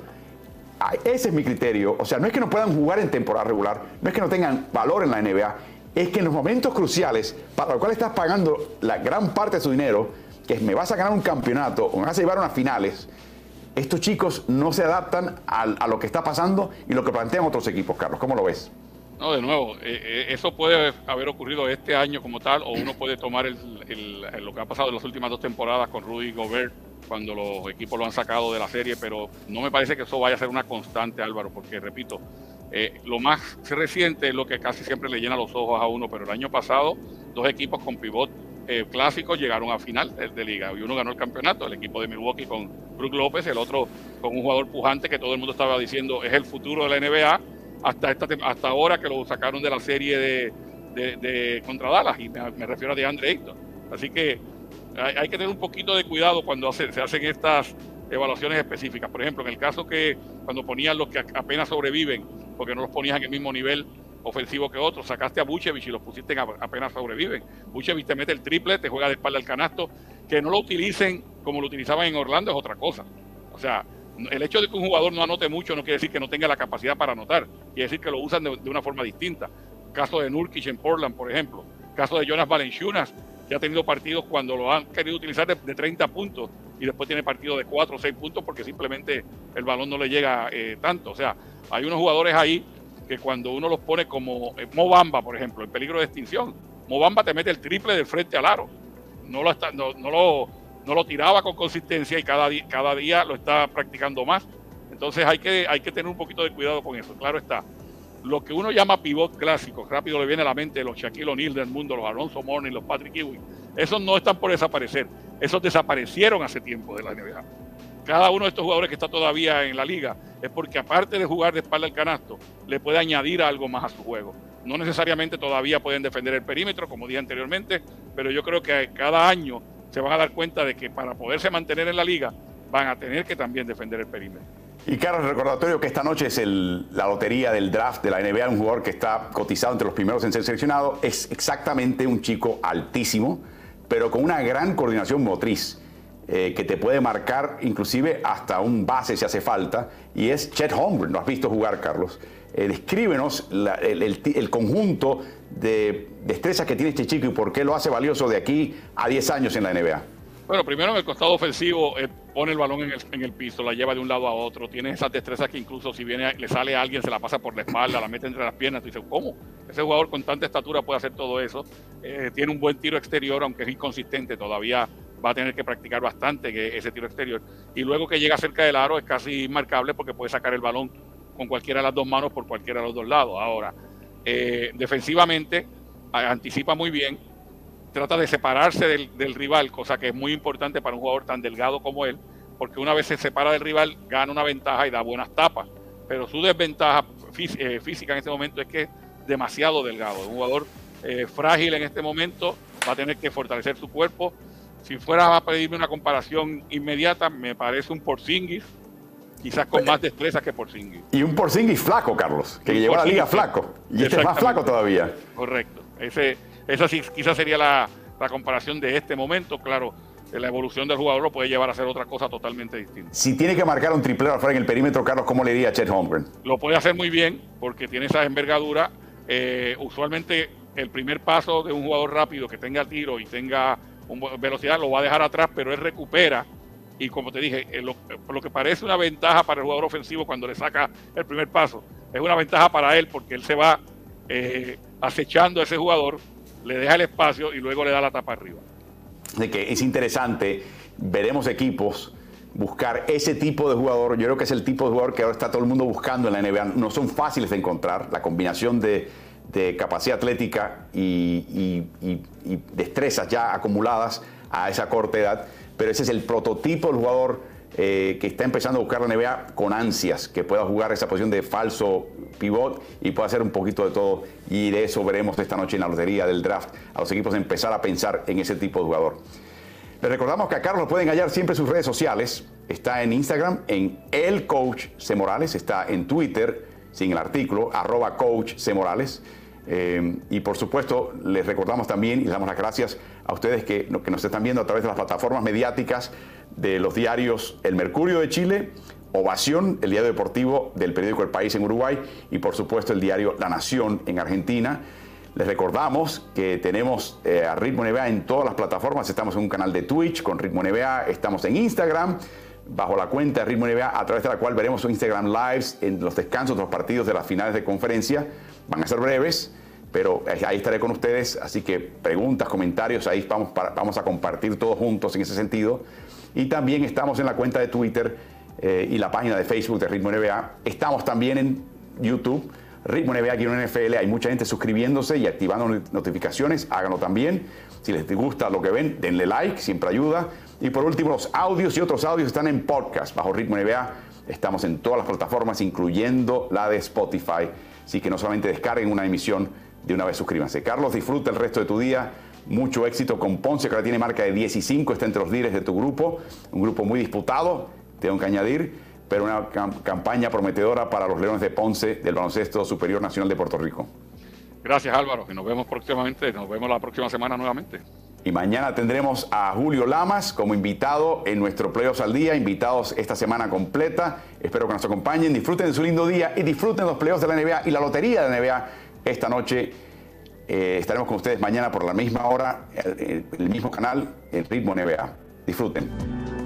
Ese es mi criterio. O sea, no es que no puedan jugar en temporada regular, no es que no tengan valor en la N B A, es que en los momentos cruciales, para los cuales estás pagando la gran parte de su dinero, que es me vas a ganar un campeonato o me vas a llevar a unas finales, estos chicos no se adaptan a, a lo que está pasando y lo que plantean otros equipos. Carlos, ¿cómo lo ves? No, de nuevo, eh, eso puede haber ocurrido este año como tal, o uno puede tomar el, el, el, lo que ha pasado en las últimas dos temporadas con Rudy Gobert, cuando los equipos lo han sacado de la serie, pero no me parece que eso vaya a ser una constante, Álvaro, porque, repito, eh, lo más reciente es lo que casi siempre le llena los ojos a uno, pero el año pasado, dos equipos con pivot eh, clásicos llegaron a final de, de liga, y uno ganó el campeonato, el equipo de Milwaukee con Brook López, el otro con un jugador pujante que todo el mundo estaba diciendo es el futuro de la N B A, hasta esta hasta ahora que lo sacaron de la serie de, de, de contra Dallas, y me, me refiero a DeAndre Ayton. Así que hay, hay que tener un poquito de cuidado cuando hace, se hacen estas evaluaciones específicas. Por ejemplo, en el caso que cuando ponían los que apenas sobreviven, porque no los ponías en el mismo nivel ofensivo que otros, sacaste a Vucevic y los pusiste en apenas sobreviven. Vucevic te mete el triple, te juega de espalda al canasto, que no lo utilicen como lo utilizaban en Orlando es otra cosa. O sea, el hecho de que un jugador no anote mucho no quiere decir que no tenga la capacidad para anotar, quiere decir que lo usan de, de una forma distinta. Caso de Nurkic en Portland, por ejemplo. Caso de Jonas Valanciunas, que ha tenido partidos cuando lo han querido utilizar de, de treinta puntos y después tiene partidos de cuatro o seis puntos porque simplemente el balón no le llega eh, tanto. O sea, hay unos jugadores ahí que cuando uno los pone como eh, Mo Bamba, por ejemplo, en peligro de extinción. Mo Bamba te mete el triple del frente al aro. No lo está, no, no lo no lo tiraba con consistencia y cada día, cada día lo está practicando más. Entonces hay que, hay que tener un poquito de cuidado con eso. Claro está, lo que uno llama pivot clásico, rápido le viene a la mente los Shaquille O'Neal del mundo, los Alonzo Mourning, los Patrick Ewing, esos no están por desaparecer, esos desaparecieron hace tiempo de la N B A. Cada uno de estos jugadores que está todavía en la liga es porque aparte de jugar de espalda al canasto, le puede añadir algo más a su juego. No necesariamente todavía pueden defender el perímetro, como dije anteriormente, pero yo creo que cada año se van a dar cuenta de que para poderse mantener en la liga van a tener que también defender el perímetro. Y Carlos, recordatorio que esta noche es el, la lotería del draft de la N B A, un jugador que está cotizado entre los primeros en ser seleccionado, es exactamente un chico altísimo, pero con una gran coordinación motriz, eh, que te puede marcar inclusive hasta un base si hace falta, y es Chet Holmgren. ¿Lo has visto jugar, Carlos? Eh, descríbenos la, el, el, el conjunto de destrezas que tiene este chico y por qué lo hace valioso de aquí a diez años en la N B A. Bueno, primero en el costado ofensivo, eh, pone el balón en el, en el piso, la lleva de un lado a otro, tiene esas destrezas que incluso si viene le sale a alguien, se la pasa por la espalda, la mete entre las piernas, tú dices, ¿cómo? Ese jugador con tanta estatura puede hacer todo eso, eh, tiene un buen tiro exterior, aunque es inconsistente, todavía va a tener que practicar bastante que ese tiro exterior, y luego que llega cerca del aro es casi inmarcable porque puede sacar el balón con cualquiera de las dos manos por cualquiera de los dos lados. Ahora, eh, defensivamente, anticipa muy bien, trata de separarse del, del rival, cosa que es muy importante para un jugador tan delgado como él, porque una vez se separa del rival, gana una ventaja y da buenas tapas, pero su desventaja fí- eh, física en este momento es que es demasiado delgado, es un jugador eh, frágil en este momento, va a tener que fortalecer su cuerpo. Si fuera a pedirme una comparación inmediata, me parece un Porzingis, quizás con más destreza que Porzingis. Y un Porzingis flaco, Carlos, que llegó a la liga flaco. Y este es más flaco todavía. Correcto. Ese, esa sí, quizás sería la, la comparación de este momento. Claro, la evolución del jugador lo puede llevar a hacer otra cosa totalmente distinta. Si tiene que marcar un triplero afuera en el perímetro, Carlos, ¿cómo le diría a Chet Holmgren? Lo puede hacer muy bien porque tiene esa envergadura. Eh, usualmente el primer paso de un jugador rápido que tenga tiro y tenga un, velocidad lo va a dejar atrás, pero él recupera. Y como te dije, eh, lo, lo que parece una ventaja para el jugador ofensivo cuando le saca el primer paso, es una ventaja para él porque él se va eh, acechando a ese jugador, le deja el espacio y luego le da la tapa arriba. De que es interesante, veremos equipos buscar ese tipo de jugador. Yo creo que es el tipo de jugador que ahora está todo el mundo buscando en la N B A. No son fáciles de encontrar, la combinación de, de capacidad atlética y, y, y, y destrezas ya acumuladas a esa corta edad. Pero ese es el prototipo del jugador eh, que está empezando a buscar la N B A con ansias, que pueda jugar esa posición de falso pivot y pueda hacer un poquito de todo. Y de eso veremos esta noche en la lotería del draft, a los equipos empezar a pensar en ese tipo de jugador. Les recordamos que a Carlos lo pueden hallar siempre en sus redes sociales. Está en Instagram, en El Coach C. Morales. Está en Twitter, sin el artículo, arroba Coach C. Morales. Eh, y por supuesto, les recordamos también y les damos las gracias a ustedes que, que nos están viendo a través de las plataformas mediáticas de los diarios El Mercurio de Chile, Ovación, el diario deportivo del periódico El País en Uruguay y por supuesto el diario La Nación en Argentina. Les recordamos que tenemos eh, a Ritmo N B A en todas las plataformas. Estamos en un canal de Twitch con Ritmo N B A, estamos en Instagram bajo la cuenta de Ritmo N B A, a través de la cual veremos Instagram Lives en los descansos de los partidos de las finales de conferencia. Van a ser breves, pero ahí estaré con ustedes, así que preguntas, comentarios, ahí vamos, para, vamos a compartir todos juntos en ese sentido. Y también estamos en la cuenta de Twitter eh, y la página de Facebook de Ritmo N B A. Estamos también en YouTube, Ritmo N B A-N F L. Hay mucha gente suscribiéndose y activando notificaciones, háganlo también. Si les gusta lo que ven, denle like, siempre ayuda. Y por último, los audios y otros audios están en podcast bajo Ritmo N B A. Estamos en todas las plataformas, incluyendo la de Spotify. Así que no solamente descarguen una emisión, de una vez suscríbanse. Carlos, disfruta el resto de tu día. Mucho éxito con Ponce, que ahora tiene marca de diez y cinco, está entre los líderes de tu grupo. Un grupo muy disputado, tengo que añadir, pero una cam campaña prometedora para los Leones de Ponce del Baloncesto Superior Nacional de Puerto Rico. Gracias, Álvaro, y nos vemos próximamente, nos vemos la próxima semana nuevamente. Y mañana tendremos a Julio Lamas como invitado en nuestro Playoffs al Día, invitados esta semana completa. Espero que nos acompañen, disfruten de su lindo día y disfruten los playoffs de la N B A y la lotería de la N B A esta noche. Eh, estaremos con ustedes mañana por la misma hora, el, el mismo canal, el Ritmo N B A. Disfruten.